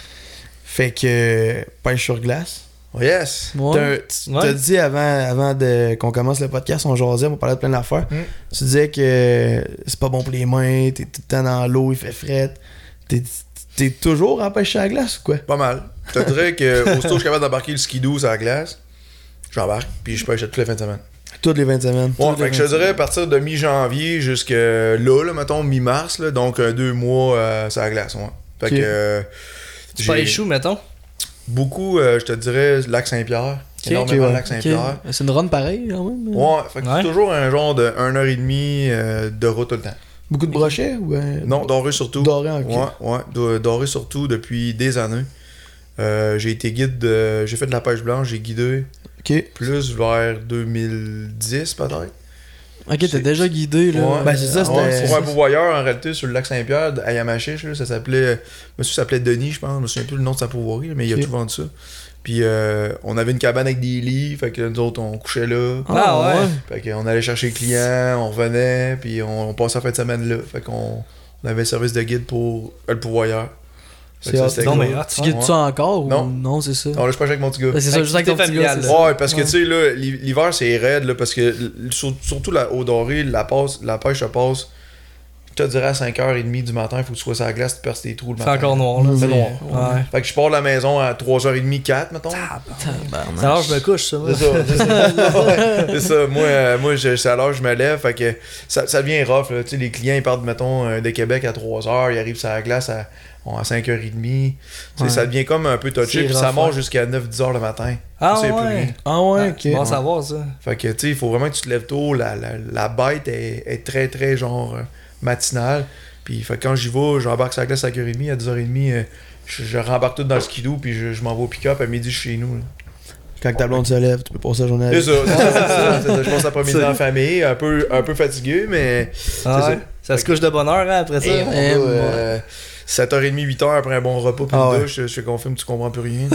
Fait que euh, pêche sur glace. Oh, yes! Ouais. T'as- Tu Ouais. t'as dit avant, avant de, qu'on commence le podcast, on jasait, on parlait de plein d'affaires. Mm. Tu disais que c'est pas bon pour les mains, t'es tout le temps dans l'eau, il fait fret. T'es, t'es toujours en pêche à la glace ou quoi? Pas mal. Je te dirais que aussitôt que je suis capable d'embarquer le skidoo sur la glace, j'embarque, puis je pêche toutes les fins de semaine. Toutes les vingt semaines. Ouais, Toutes les fait que je te vingt dirais à partir de mi-janvier jusqu'à là, là, mettons, mi-mars, là, donc euh, deux mois euh, sur la glace, ouais. Fait Ok. que euh, Tu j'ai pêches où, mettons? beaucoup, euh, je te dirais, lac Saint-Pierre. Ok, énormément ok, ouais. lac Ok. Saint-Pierre. C'est une run pareille, quand même. Ouais, fait que Ouais. c'est toujours un genre de une heure et demie euh, de route tout le temps. Beaucoup de brochets ou euh, Non, doré surtout. doré en Ouais, ouais, do- doré surtout depuis des années. Euh, j'ai été guide, de- j'ai fait de la pêche blanche, j'ai guidé Ok. plus vers deux mille dix peut-être. Ok, t'es C'est- déjà guidé, là. Ouais. Ben, c'est ça, Ouais, c'était- pour un pourvoyeur, en réalité, sur le lac Saint-Pierre, à Yamachiche, là, ça s'appelait. Monsieur s'appelait Denis, je pense. Je me souviens plus le nom de sa pourvoirie, mais il a Ok. tout vendu ça. Puis euh, on avait une cabane avec des lits, fait que nous autres, on couchait là. Ah, ouais. Fait qu'on allait chercher les clients, on revenait, puis on, on passait la fin de semaine là. Fait qu'on on avait le service de guide pour euh, le pourvoyeur. Fait que C'est ça, hot. c'était Non, cool. mais hot, Tu guides Ouais. ça encore ou Non. non, c'est ça? Non, là, je pêche avec mon petit gars. Ouais, c'est ça, juste avec ton petit Activité gars, c'est familiale. ça. Ouais, parce que Ouais. tu sais, là, l'hi- l'hiver c'est raide, là, parce que l- sur- surtout la, au doré, la, passe, la pêche se passe, je te dirais à cinq heures trente du matin, il faut que tu sois sur la glace, tu perces tes trous le C'est matin. encore noir, là. C'est c'est- noir. Ouais. Fait que je pars de la maison à trois heures trente, quatre, mettons. Tabarnak. C'est alors je me couche, ça. moi. C'est ça, c'est ça. Ouais, c'est ça. Moi, euh, moi je- c'est à l'heure que je me lève, fait que ça, ça devient rough. Là. Tu sais, les clients ils partent, mettons, euh, de Québec à trois heures, ils arrivent sur la glace à, à cinq heures trente. Tu sais, Ouais. ça devient comme un peu touché, C'est puis ça rough, monte ouais. jusqu'à neuf dix heures le matin. Ah, Tu sais plus ouais. rien. Ah ouais, Ah, ok. Bon à Ouais. savoir, ça. Fait que, tu sais, il faut vraiment que tu te lèves tôt. La, la, la bête est, est très, très, genre, euh, matinale. Puis, fait que quand j'y vais, j'embarque sur la glace à cinq heures trente, à dix heures trente, euh, je, je rembarque tout dans le skidoo, puis je, je m'en vais au pick-up. À midi, je suis chez nous. là. Quand ta blonde se lève, tu peux passer la journée C'est avec. ça, c'est ça, c'est ça, c'est ça. Je passe l'après-midi C'est- en famille, un peu, un peu fatigué, mais. Ah, ça. ouais. Ça se couche de bonne heure, hein, après ça. Hey, mon Eh, gars, moi. euh, sept heures trente, huit heures après un bon repas, puis Ah une ouais. douche, je, je te confirme, tu comprends plus rien.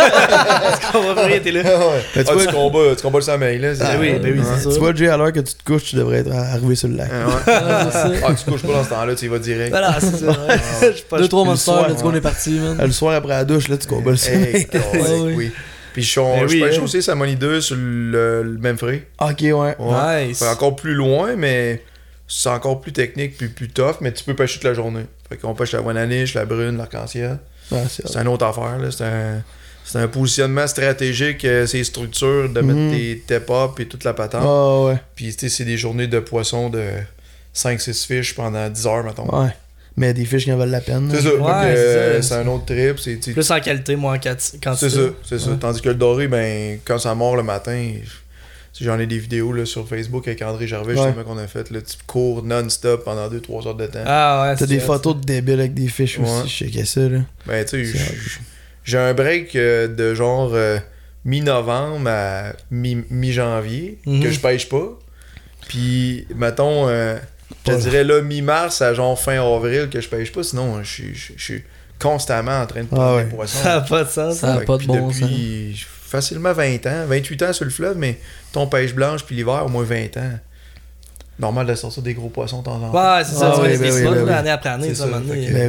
On va vriller, t'es là. Ah ouais. Mais tu Ah, vois- tu combats, tu combats le sommeil, là. c'est- Ben oui, ben oui, Ouais. c'est ça. Tu vois, Jay, à l'heure que tu te couches, tu devrais être arrivé sur le lac. Ah, ouais. Ah, c'est ça. Ah, tu te couches pas dans ce temps-là, tu y vas direct. Voilà, c'est ça. ouais. Je suis pas- Deux, trois le monsters, soir, let's go, ouais. on est parti, man. Ah, le soir après la douche, là, tu combats le sommeil. Hey, oh, Ouais, oui, ouais. oui. Puis je, suis- Ben je oui, pêche hein. aussi sa Money deux sur le, le même frais. Ok, ouais. Ouais. Nice. Fait encore plus loin, mais c'est encore plus technique puis plus tough, mais tu peux pêcher toute la journée. Fait qu'on pêche la Wananiche, la brune, l'arc-en-ciel. Ah, c'est C'est une autre affaire, là. C'est un, c'est un positionnement stratégique, euh, c'est structure de mettre Mhm. tes tap-up et toute la patente. Ah, ouais. Puis tu sais, c'est des journées de poissons de cinq six fiches pendant dix heures, mettons. Ouais. Mais des fiches qui en valent la peine. là. C'est ça, Ouais, fait que, c'est euh, ça. c'est un autre trip. C'est, tu sais, Plus en qualité, moins en quanti- quantité. c'est ça, c'est ça. Ouais. Tandis que le doré, ben, quand ça mord le matin, si j'en ai des vidéos là, sur Facebook avec André Gervais, Ouais. justement, qu'on a fait. Là, tu cours non-stop pendant deux trois heures de temps. Ah ouais, T'as c'est des hot, photos de débiles avec des fiches Ouais. aussi, je checkais ça, là. Ben, tu sais, C'est j- j'ai un break euh, de genre euh, mi-novembre à mi- mi-janvier Mhm. que je pêche pas. Puis, mettons, euh, je te Pas- dirais là, mi-mars à genre fin avril que je pêche pas. Sinon, je suis- je je suis constamment en train de prendre Ah ouais. des poissons. Ça n'a pas de sens. Ça a Fait que pas de puis bon depuis facilement vingt ans, vingt-huit ans sur le fleuve, mais ton pêche blanche puis l'hiver, au moins vingt ans. Normal de sortir des gros poissons de temps en temps. Ouais, c'est ça. Ah tu oui, fais ben des oui, spots, ben là, oui. année après année, C'est ça, ça, maintenant. fait que- Ben oui.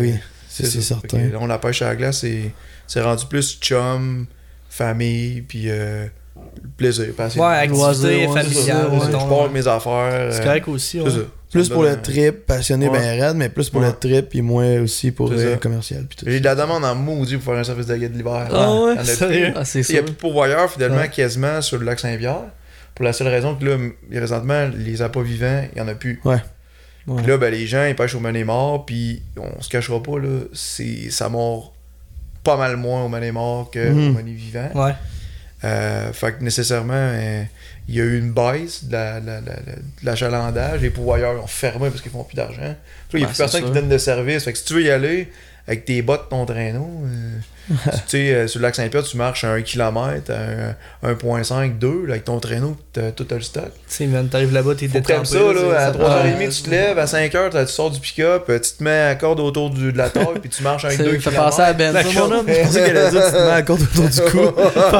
C'est, c'est ça. certain. Fait que, là, on la pêche à la glace, c'est, c'est rendu plus chum, famille, puis euh, plaisir, passion. Ouais, activité Loisir, ouais, familiale. C'est ça, ouais. je mettons, pars ouais. avec mes affaires. C'est euh, correct aussi. c'est Ouais. ça. Plus Ça me pour donne le un- trip, passionné Ouais. ben raide, mais plus pour Ouais. le trip, puis moins aussi pour C'est le ça. commercial. Puis tout. J'ai de la demande en maudit pour faire un service de guide l'hiver. Ah ouais? Il y en a plus. Sérieux? Ah, c'est Il n'y a ça. plus de pourvoyeurs, finalement, Ouais. quasiment sur le lac Saint-Pierre. Pour la seule raison que là, m- présentement, les appâts vivants, il n'y en a plus. Ouais. Ouais. Puis là, ben, les gens, ils pêchent au mané mort, puis on se cachera pas, là, c'est, ça mord pas mal moins au mané mort qu'au Mhm. mané vivant. Ouais. Euh, fait que nécessairement, euh, il y a eu une baisse de, la, la- la- la- de l'achalandage. Les pourvoyeurs ont fermé parce qu'ils font plus d'argent. Puis là, il n'y a Ouais, plus c'est personne qui sûr. donne de service. Fait que si tu veux y aller avec tes bottes, ton traîneau, euh, tu sais, euh, sur le lac Saint-Pierre, tu marches à un kilomètre, à un virgule cinq, deux, là, avec ton traîneau, t'as tout le stock. Tu sais, man, t'arrives là-bas, t'es Faut que t'aimes détrempé. ça, là, à trois heures trente, Ouais. tu te lèves, à cinq heures, tu sors du pick-up, euh, tu te mets à corde autour du- de la table, puis tu marches avec Ça deux me fait kilomètres. penser à Ben, ça, mon homme. Je pensais qu'elle allait dire tu te mets la corde autour du cou.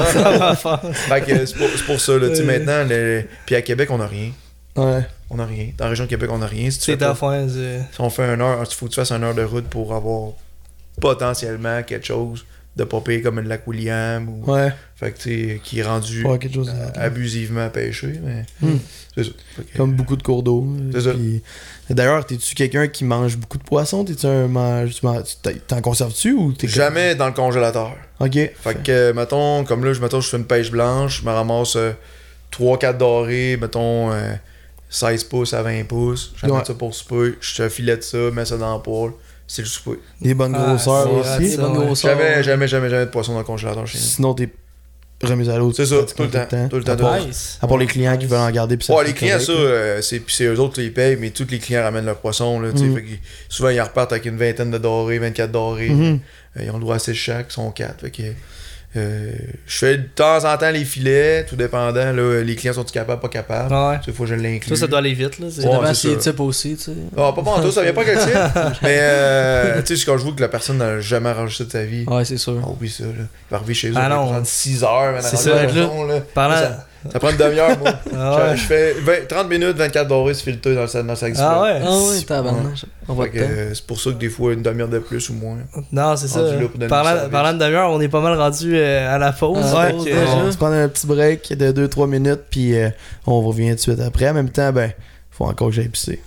Fait que c'est pour, c'est pour ça, là, tu sais, maintenant, le- puis à Québec, on a rien. Ouais. On a rien. Dans la région de Québec, on a rien. Si tu C'est fais pas- tough, ouais. c'est- Si on fait une heure, il faut que tu fasses une heure de route pour avoir potentiellement quelque chose de pas pire comme une lac William ou Ouais. fait que tu sais qui est rendu Ouais, quelque chose de- euh, abusivement pêché, mais Hmm. c'est ça. Fait que- Comme beaucoup de cours d'eau. euh, C'est ça. puis- D'ailleurs, t'es-tu quelqu'un qui mange beaucoup de poissons? T'es-tu un mange... tu manges- t'en- T'en conserves-tu ou t'es comme- jamais dans le congélateur. Ok. Fait que mettons comme là, je mettons je fais une pêche blanche, je me ramasse trois quatre dorés, mettons euh, seize pouces à vingt pouces, je vais Ouais. mettre ça pour souper, je te filette de ça, mets ça dans le poêle, c'est le souper. Des bonnes Ah, grosseurs c'est aussi. hot, Des ça, bonnes ouais. grosseurs. Jamais jamais jamais jamais de poisson dans le congélateur chez nous. Sinon, t'es remis à l'autre. C'est ça, pratiquement tout le temps, tout le temps, À tout le part, temps. Nice. à part les clients qui veulent en garder. Puis ça Ouais, fait les clients, correct, ça, là. euh, c'est, puis c'est eux autres qui les payent, mais tous les clients ramènent leur poisson. Là, tu sais, Mhm. fait que souvent, ils repartent avec une vingtaine de dorés, vingt-quatre dorés. Mhm. Euh, ils ont le droit à six chaque, ils sont quatre. Fait que, euh, je fais de temps en temps les filets, tout dépendant. Là, les clients sont-ils capables, pas capables. Ouais. Il faut que je l'inclue. Ça, ça doit aller vite, là. c'est- Ouais, Ça dépend c'est si les ça. types aussi, tu sais. Ah, pas pour tout, ça vient pas que le type. Mais, euh, tu sais, quand je vois que la personne n'a jamais arrangé ça de sa vie. Ouais, c'est sûr. Oh oui, ça, là. Il va arriver chez eux, Ah ça va non. prendre six heures. C'est C'est ça, ça, là. là. Parlant- Ça, ça prend une demi-heure, moi. Ah ouais. Je, je fais vingt, trente minutes, vingt-quatre dorés se filtrent dans le sac dans le sac Ah du ouais? Ah ouais, tabarnak. On va Fait de que, temps. euh, c'est pour ça que des fois, une demi-heure de plus ou moins. Non, c'est ça. Rendu là pour donner du Parlant, service. parlant de demi-heure, on est pas mal rendu euh, à la pause. Ah, Fait pause, que, déjà. euh, On va se prendre un petit break de deux trois minutes, puis euh, on revient tout de suite après. En même temps, ben, faut encore que j'aille pisser.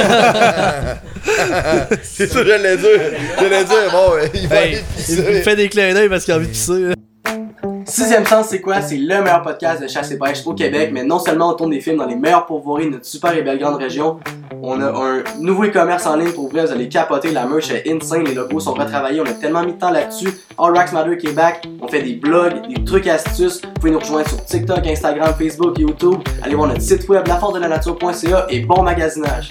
C'est ça, j'allais dire. J'allais dire, bon, euh, il va Hey, aller il pisser. fait des clins d'œil parce qu'il a envie de pisser. là. Sixième Sens, c'est quoi? C'est le meilleur podcast de chasse et pêche au Québec, mais non seulement on tourne des films dans les meilleurs pourvoiries de notre super et belle grande région, on a un nouveau e-commerce en ligne pour vrai, vous allez capoter, la merch est insane, les logos sont retravaillés, on a tellement mis de temps là-dessus. All Racks Matter Québec, on fait des blogs, des trucs astuces, vous pouvez nous rejoindre sur TikTok, Instagram, Facebook, YouTube, allez voir notre site web la force de la nature point c a et bon magasinage.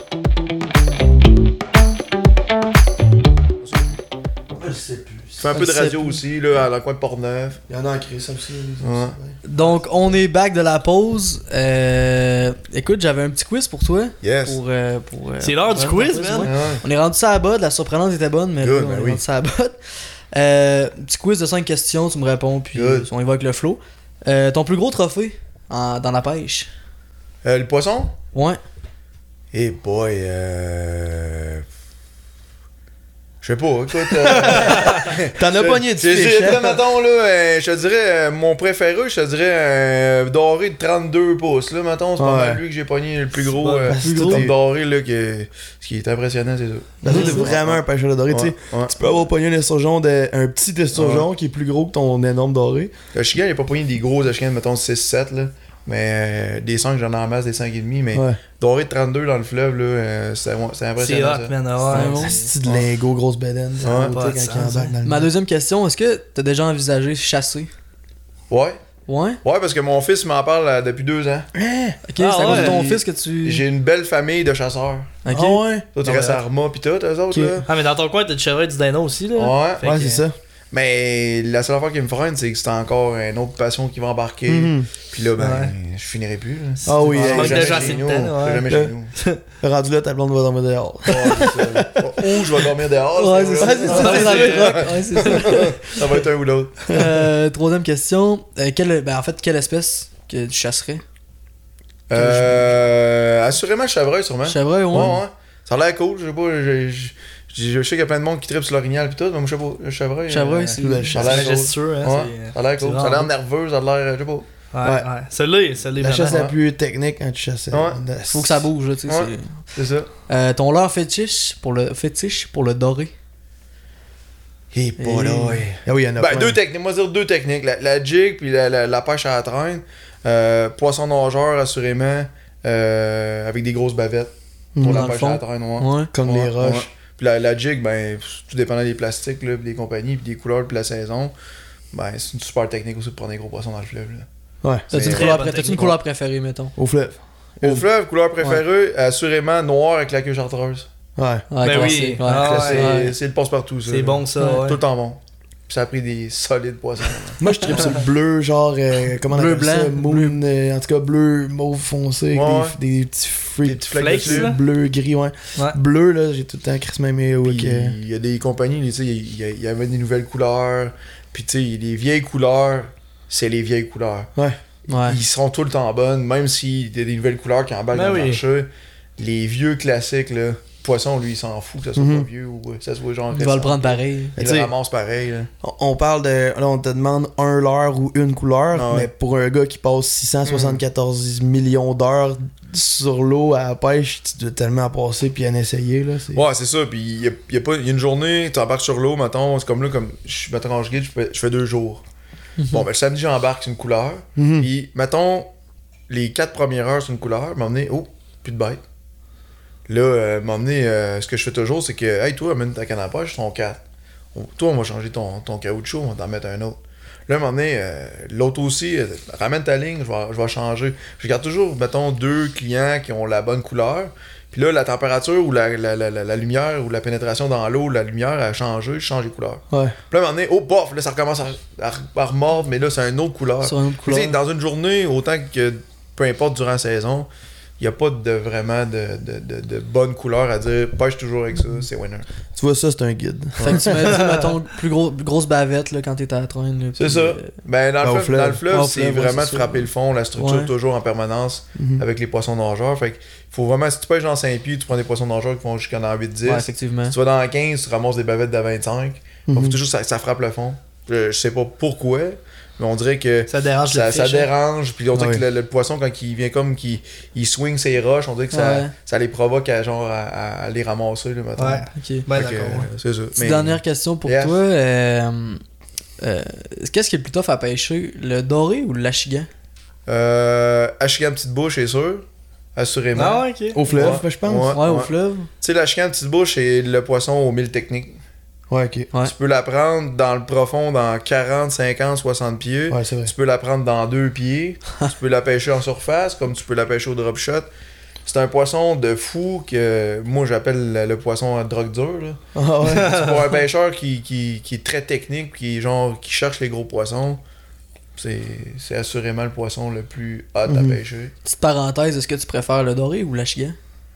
Je sais plus. Je fais un peu de radio aussi, là, dans le coin de Portneuf. Il y en a en créé ça aussi. Ouais. Donc, on est back de la pause. Euh, écoute, j'avais un petit quiz pour toi. Yes. Pour, euh, pour, euh, C'est l'heure du pour- quiz, pour- man. ouais. Ouais. On est rendu ça à botte, la surprenante était bonne, mais Good, là, on ben est oui. rendu ça à botte. Euh, petit quiz de cinq questions, tu me réponds, puis Good. on y va avec le flow. Euh, ton plus gros trophée en- dans la pêche? Euh, le poisson? Ouais. Eh boy, euh... Je sais pas, écoute... euh, T'en as je- pogné du je- je- fiche, là, hein? mettons, là, euh, je te dirais, euh, mon préféré, je te dirais un doré de trente-deux pouces, là, mettons, c'est pas Ouais. mal lui que j'ai pogné le plus gros, Ouais, euh, parce que plus tout gros est- doré, là, que, ce qui est impressionnant, c'est ça. Parce que t'es vraiment un pêcheur de doré. Tu sais, Ouais, ouais. tu peux avoir pogné un esturgeon, de, un petit esturgeon qui est plus gros que ton énorme doré. Le chigan, il a pas pogné des gros chigan, mettons six sept, là. Mais euh, des cinq, j'en ai en masse, des cinq virgule cinq. Mais Ouais. doré de trente-deux dans le fleuve, là, euh, c'est ouais, c'est C'est impressionnant. hot, ça. man. C'est Ouais. bon. Ça c'est de lingot, grosse bedaine. ça, Ouais, tu sais, pas de quand il sens, embarque dans le Ma deuxième question, est-ce que t'as déjà envisagé chasser? Ouais. Ouais? Ouais, parce que mon fils m'en parle euh, depuis deux ans. Ok, Ah, c'est à cause ouais. de ton fils que tu. J'ai une belle famille de chasseurs. Ok. Ah ouais? Toi, tu Non, restes mais- à Arma pis tout, eux autres, Ok. là. Ah, mais dans ton coin, t'as du chevreuil et du dindon aussi, là. Ouais. Fait Ouais, que- c'est ça. Mais la seule affaire qui me freine, c'est que c'est encore une autre passion qui va embarquer. Mhm. Puis là, ben, Ouais. je finirai plus. Là. Ah oui, Tu hey, manques jamais déjà chez assez de nous. temps, ouais. Jamais Le- chez nous. Rendu là, ta blonde va dormir dehors. Ouais, c'est ça. Ou je vais dormir dehors. Ouais, c'est ça, vrai. c'est ça, c'est dans le truc. Ouais, c'est ça. Ça va être un ou l'autre. Euh, troisième question. Euh, quelle, ben, en fait, quelle espèce que tu chasserais? Euh, assurément, chevreuil, sûrement. Chevreuil, ouais. Ouais, ouais. Ça a l'air cool, je sais pas. Je, je, je Je je sais qu'il y a plein de monde qui tripe sur l'orignal pis tout, mais moi, je sais pas, le chevreuil. Chevreuil, euh, c'est plus belle ça a chasse. l'air cool. Majestueux, hein. Ouais, c'est- ça a l'air c'est cool. Ça a l'air vraiment- nerveux, ça a l'air, je sais pas. Ouais, Ouais. ouais. Celui-là, celui La chasse la Ouais. plus technique quand tu chasses. Ouais. Faut que ça bouge, là, tu sais. Ouais. c'est- C'est ça. Euh, ton leurre fétiche pour le fétiche pour le doré. Et pas là, ouais. Ah oui, il y en a Ben, plein. deux techniques, moi, je veux dire deux techniques. La, la jig puis la, la, la pêche à la traîne. Euh, poisson nageur, assurément, euh, avec des grosses bavettes. Pour Mhm. la dans le pêche fond. à la traîne, ouais. Ouais. Comme Ouais, les roches. ouais. Puis la, la jig, ben, tout dépendant des plastiques, là, puis des compagnies, puis des couleurs, puis la saison. Ben, c'est une super technique aussi pour prendre des gros poissons dans le fleuve. Là. Ouais. T'as-tu C'est une, très couleur, bonne pré- t'as-tu une technique. couleur préférée, mettons? Au fleuve. Au Une. fleuve, couleur préférée, assurément noir avec la queue chartreuse. Ouais. Ouais, Ben classique, oui. ouais. Ah, Ça, c'est ouais. c'est le passe-partout, ça. C'est là. bon, ça. Ouais. ouais. Tout le temps bon. Puis ça a pris des solides poissons. Moi, je tripe sur le bleu, genre, euh, comment on Bleu appelle ça? blanc, Moon, euh, en tout cas, bleu, mauve foncé, avec Ouais. des, des petits freaks. Des petits flakes Flakes, dessus. là. Bleu, gris, ouais. Ouais. Bleu, là, j'ai tout le temps Chris Mamie Puis, avec. euh, il y a des compagnies, tu sais, il y, a- il y avait des nouvelles couleurs. Puis, tu sais, les vieilles couleurs, c'est les vieilles couleurs. Ouais. Ouais. Ils sont tout le temps bonnes, même s'il y a des nouvelles couleurs qui embarquent Ben dans le oui. marché. Les vieux classiques, là, poisson, lui, il s'en fout que ça soit Mhm. pas vieux ou que ça soit genre. Tu vas le récent. prendre pareil. Il Tu sais, le ramasse pareil. Là. On- On parle de. Là, on te demande un leurre ou une couleur, Ah ouais. mais pour un gars qui passe six cent soixante-quatorze millions d'heures sur l'eau à la pêche, tu dois tellement passer puis en essayer, là. c'est- Ouais, c'est ça. Puis, il y a, il y a pas, il y a une journée, tu embarques sur l'eau, mettons, c'est comme là, comme je suis maître guide, je fais, je fais deux jours. Bon, ben, le samedi, j'embarque, c'est une couleur. Mhm. Puis, mettons, les quatre premières heures, c'est une couleur. M'emmener, oh, plus de bête. Là, euh, m'emmener, euh, ce que je fais toujours, c'est que, hey, toi, amène ta canne à pêche, ton quatre. On- toi, on va changer ton, ton caoutchouc, on va t'en mettre un autre. Là, m'emmener, euh, l'autre aussi, euh, ramène ta ligne, je vais, je vais changer. Je garde toujours, mettons, deux clients qui ont la bonne couleur. Puis là, la température ou la, la, la, la, la lumière ou la pénétration dans l'eau, la lumière a changé, je change les couleurs. Ouais. Puis là, à un moment donné, oh, bof, là, ça recommence à, à, à remordre, mais là, c'est une autre couleur. Sur une autre Tu sais, couleur. dans une journée, autant que peu importe durant la saison, il n'y a pas de vraiment de, de, de, de bonne couleur à dire pêche toujours avec ça, c'est winner. Tu vois, ça, c'est un guide. Fait que tu m'as dit, mettons, plus gros, plus grosse bavette là, quand t'es à la traîne. là, C'est puis, ça. euh, Ben, dans, Ben, au le fleuve, fleuve. dans le fleuve, Ouais, au c'est fleuve, ouais, vraiment c'est de sûr. frapper le fond, la structure Ouais. toujours en permanence Mhm. avec les poissons nageurs. Fait que faut vraiment, si tu pêches dans cinq pieds, tu prends des poissons nageurs qui vont jusqu'en huit dix. Ouais, effectivement. Si tu vas dans quinze, tu ramasses des bavettes de vingt-cinq. Mhm. Faut toujours ça, ça frappe le fond. Je, je sais pas pourquoi, mais on dirait que Ça dérange ça, le ça fish, hein. dérange. Puis on dirait Ouais. que le, le poisson, quand il vient comme qu'il il swing ses roches, on dirait que ça, Ouais. ça les provoque à, genre, à, à les ramasser. Là, mettons. Ouais. Ok. Ben Fait que, d'accord. ouais. euh, c'est ça. Petite Mais- dernière question pour Yes. toi. euh, euh, Qu'est-ce qui est le plus tough à pêcher? Le doré ou le lachigan? Euh, Achigan petite bouche, c'est sûr. Assurément. Ah ouais, ok. Au fleuve, Ouais. je pense. Ouais. Ouais, au fleuve. Tu sais, l'Achigan petite bouche, c'est le poisson aux mille techniques. Ouais, ok. Ouais. Tu peux la prendre dans le profond dans quarante, cinquante, soixante pieds. Ouais, c'est vrai. Tu peux la prendre dans deux pieds. Tu peux la pêcher en surface, comme tu peux la pêcher au drop shot. C'est un poisson de fou que moi j'appelle le, le poisson à drogue dure. Là. Ah ouais. C'est pour un pêcheur qui, qui, qui est très technique, qui, est genre, qui cherche les gros poissons. C'est c'est assurément le poisson le plus hot à Mhm. pêcher. Petite parenthèse, est-ce que tu préfères le doré ou le lachigan?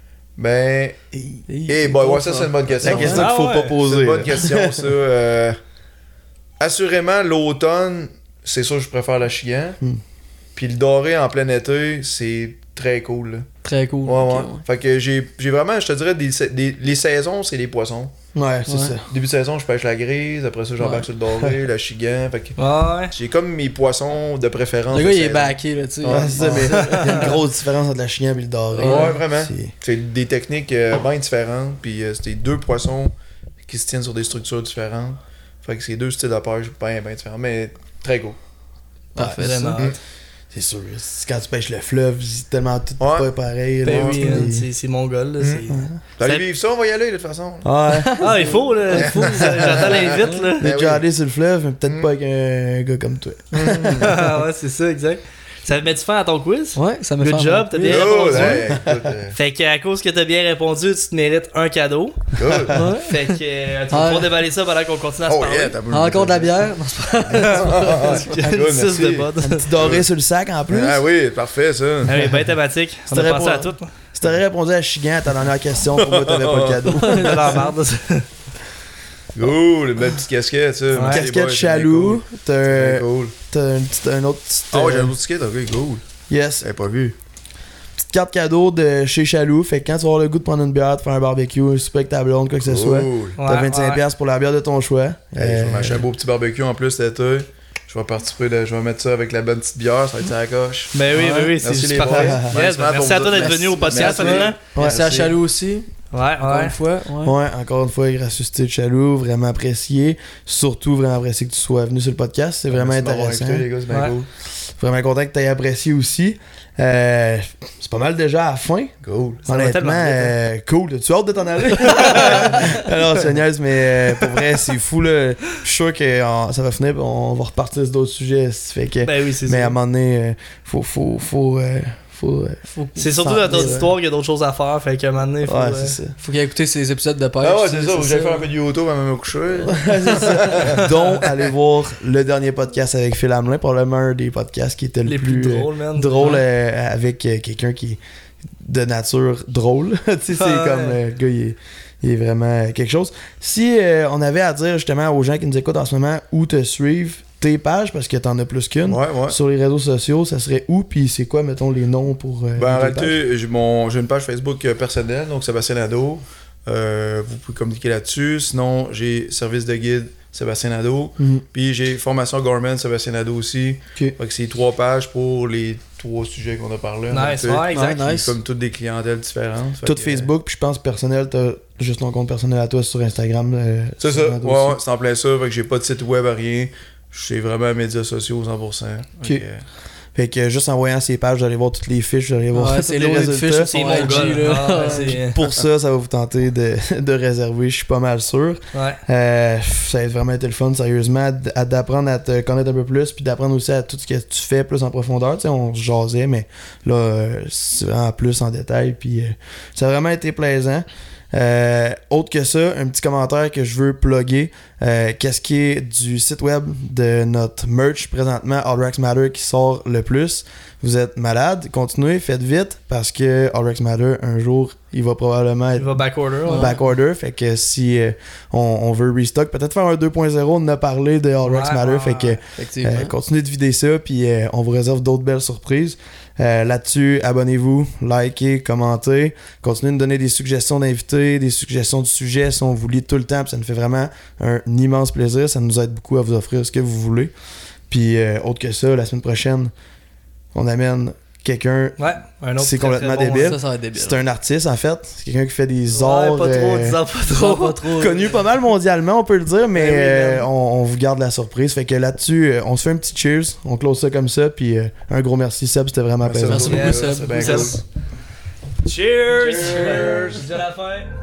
Ben, Eh eh boy, ouais, ça c'est une bonne question. La question Ah qu'il faut ouais. pas C'est poser. une bonne là. question, ça. Euh, assurément, l'automne, c'est sûr que je préfère la chigan. Hmm. Puis le doré en plein été, c'est très cool. Là. Très cool. Ouais, ok, ouais. ouais. Fait que j'ai j'ai vraiment, je te dirais, des, sa- des- les saisons, c'est les poissons. Ouais, c'est Ouais. ça. Début de saison, je pêche la grise. Après ça, j'embarque Ouais. sur le doré, la chigan. Fait que Ouais, ouais. j'ai comme mes poissons de préférence. Le de gars, il est saison. backé, là, tu sais. Ouais, c'est ça, mais il y a une grosse différence entre la chienne et le doré. Ouais, vraiment. C'est- C'est des techniques euh, bien différentes. Puis euh, c'est deux poissons qui se tiennent sur des structures différentes. Fait que c'est deux styles de pêche bien, bien différents. Mais très cool. Parfait, Vraiment. ça. Mm. C'est sûr. c'est Quand tu pêches le fleuve, c'est tellement tout Ouais. pas pareil. Ben là, oui, c'est hein, des- c'est c'est mon gars, là. c'est- Vous allez C'est- vivre ça, on va y aller de toute façon. Ouais. Ah, il faut, là. Il faut. J'attends l'invite, là. Mais Ben déjà oui. allé sur le fleuve, mais peut-être Mm. pas avec un gars comme toi. Ah, ouais, c'est ça, exact. Ça te met du fin à ton quiz? Ouais, ça me Good fait job, t'as bien Oh, répondu. hey, écoute, euh, Fait qu'à cause que t'as bien répondu, tu te mérites un cadeau. good. Ouais. Fait que euh, tu vas Ouais. pouvoir déballer ça pendant qu'on continue à se Oh parler. yeah, t'as peu- Encore de la bière? Non, c'est pas- Good, six merci. de bod. Un petit doré sur le sac en plus. Ah oui, parfait ça. Ah oui, ben thématique. On a C'était pensé pas- à tout. Si t'aurais répondu à Chigan à ta dernière question, pourquoi t'avais pas le cadeau? De la merde. Cool, une belle petite casquette ça. Merci, les boys, Casquette c'est Chaloux, bien t'as cool. t'as un, petit- un autre petit. Ah ouais, j'ai euh, un autre ticket, ok, cool. Yes. J'avais pas vu. petite carte cadeau de chez Chaloux. Fait que quand tu vas avoir le goût de prendre une bière, de faire un barbecue, un souper avec ta blonde, quoi que ce soit, Cool. t'as Ouais, vingt-cinq ouais. piastres pour la bière de ton choix. Hey, je Euh, vais m'acheter un beau petit barbecue en plus l'été. Je vais participer de, je vais mettre ça avec la bonne petite bière, ça va être à la coche. Ben oui, ben oui, c'est Merci les super. boys. Yes, Merci, ben, Matt, merci pour à toi vous- d'être venu au podcast, merci. Fabien. Ouais. Merci à Chaloux aussi, Ouais, encore ouais. une fois. Ouais. Ouais, encore une fois, gracieuseté de Chaloux, vraiment apprécié. Surtout, vraiment apprécié que tu sois venu sur le podcast. C'est vraiment Merci de m'avoir intéressant. invité, les gars, c'est bien Ouais. cool. Vraiment content que tu aies apprécié aussi. Euh, c'est pas mal déjà à la fin. Cool. Ça va Honnêtement, tellement vite, hein. euh, cool. Tu as hâte de t'en aller? Alors, c'est niaise, mais euh, pour vrai, c'est fou. Là. Je suis sûr que euh, ça va finir, puis on va repartir sur d'autres sujets. Fait que, Ben oui, c'est mais à un ça. moment donné, euh, faut, faut, faut, euh, faut, euh, Faut, C'est surtout Ça, dans notre ouais. histoire qu'il y a d'autres choses à faire. Fait qu'à un moment donné, faut. ouais, euh, c'est ça. faut qu'il ait écouté ces épisodes de pêche. Ah ouais, tu c'est sais, ça, vous allez faire un peu de YouTube avant de me coucher. Ouais, c'est ça. Donc, allez voir le dernier podcast avec Phil Hamelin, probablement un des podcasts qui était le les plus, plus euh, drôles, man. drôle Ouais. euh, avec euh, quelqu'un qui est de nature drôle. Tu sais, c'est Ouais. comme euh, le gars, il est, il est vraiment euh, quelque chose. Si euh, on avait à dire justement aux gens qui nous écoutent en ce moment où te suivre tes pages, parce que t'en as plus qu'une, Ouais, ouais. sur les réseaux sociaux, ça serait où, puis c'est quoi, mettons, les noms pour. euh, Ben, en tes pages? réalité, j'ai mon- j'ai une page Facebook euh, personnelle, donc Sébastien Nadeau. Euh, vous pouvez communiquer là-dessus. Sinon, j'ai service de guide Sébastien Nadeau. Mhm. Puis j'ai formation Gorman Sébastien Nadeau aussi. Ok. Fait que c'est trois pages pour les trois sujets qu'on a parlé. en Nice, réalité. ouais, exact. Ouais, nice. Comme toutes des clientèles différentes. Fait Tout que, Facebook, puis je pense personnel, t'as juste ton compte personnel à toi sur Instagram. euh, C'est ça, sur ouais, Nadeau ouais, aussi. c'est en plein ça. Fait que j'ai pas de site web à rien. C'est vraiment médias sociaux cent pour cent. Fait Ok. que, euh, Fait que juste en voyant ces pages, vous allez voir toutes les fiches, vous allez voir Ouais, tous c'est les lourd de résultats. fiches. C'est Son mon I G, gars. là. là. Ah, c'est- Pour ça, ça va vous tenter de, de réserver, je suis pas mal sûr. Ouais. Euh, ça va être vraiment été le fun, sérieusement, d- à- d'apprendre à te connaître un peu plus, puis d'apprendre aussi à tout ce que tu fais plus en profondeur. Tu sais, on se jasait, mais là, euh, c'est vraiment plus en détail, puis euh, ça a vraiment été plaisant. Euh, autre que ça, un petit commentaire que je veux plugger. Euh, qu'est-ce qui est du site web de notre merch présentement, All Racks Matter, qui sort le plus. Vous êtes malade, continuez, faites vite, parce que All Racks Matter, un jour, il va probablement Il être va backorder. Ouais. backorder. Fait que si euh, on, on veut restock, peut-être faire un deux point zéro, on en a parlé de All Racks Ouais, Matter. ouais, Fait que ouais. Effectivement. euh, continuez de vider ça, puis euh, on vous réserve d'autres belles surprises. Euh, là-dessus, abonnez-vous, likez, commentez. Continuez de nous donner des suggestions d'invités, des suggestions de sujets si on vous lit tout le temps. Puis ça nous fait vraiment un immense plaisir. Ça nous aide beaucoup à vous offrir ce que vous voulez. Puis euh, autre que ça, la semaine prochaine, on amène quelqu'un. Ouais, un autre C'est très, complètement très bon, débile. Ça, ça va être débile. C'est un artiste en fait. C'est quelqu'un qui fait des Ouais, arts. pas trop, euh, disons pas Genre trop. pas trop. connu pas mal mondialement, on peut le dire, mais Ben oui, euh, ben oui. on, on vous garde la surprise. Fait que là-dessus, euh, on se fait un petit cheers, on close ça comme ça, puis euh, un gros merci Seb, c'était vraiment Merci plaisant. Merci beaucoup, beaucoup, Seb. c'est bien Seb. cool. Cheers! Cheers! Cheers! À la fin.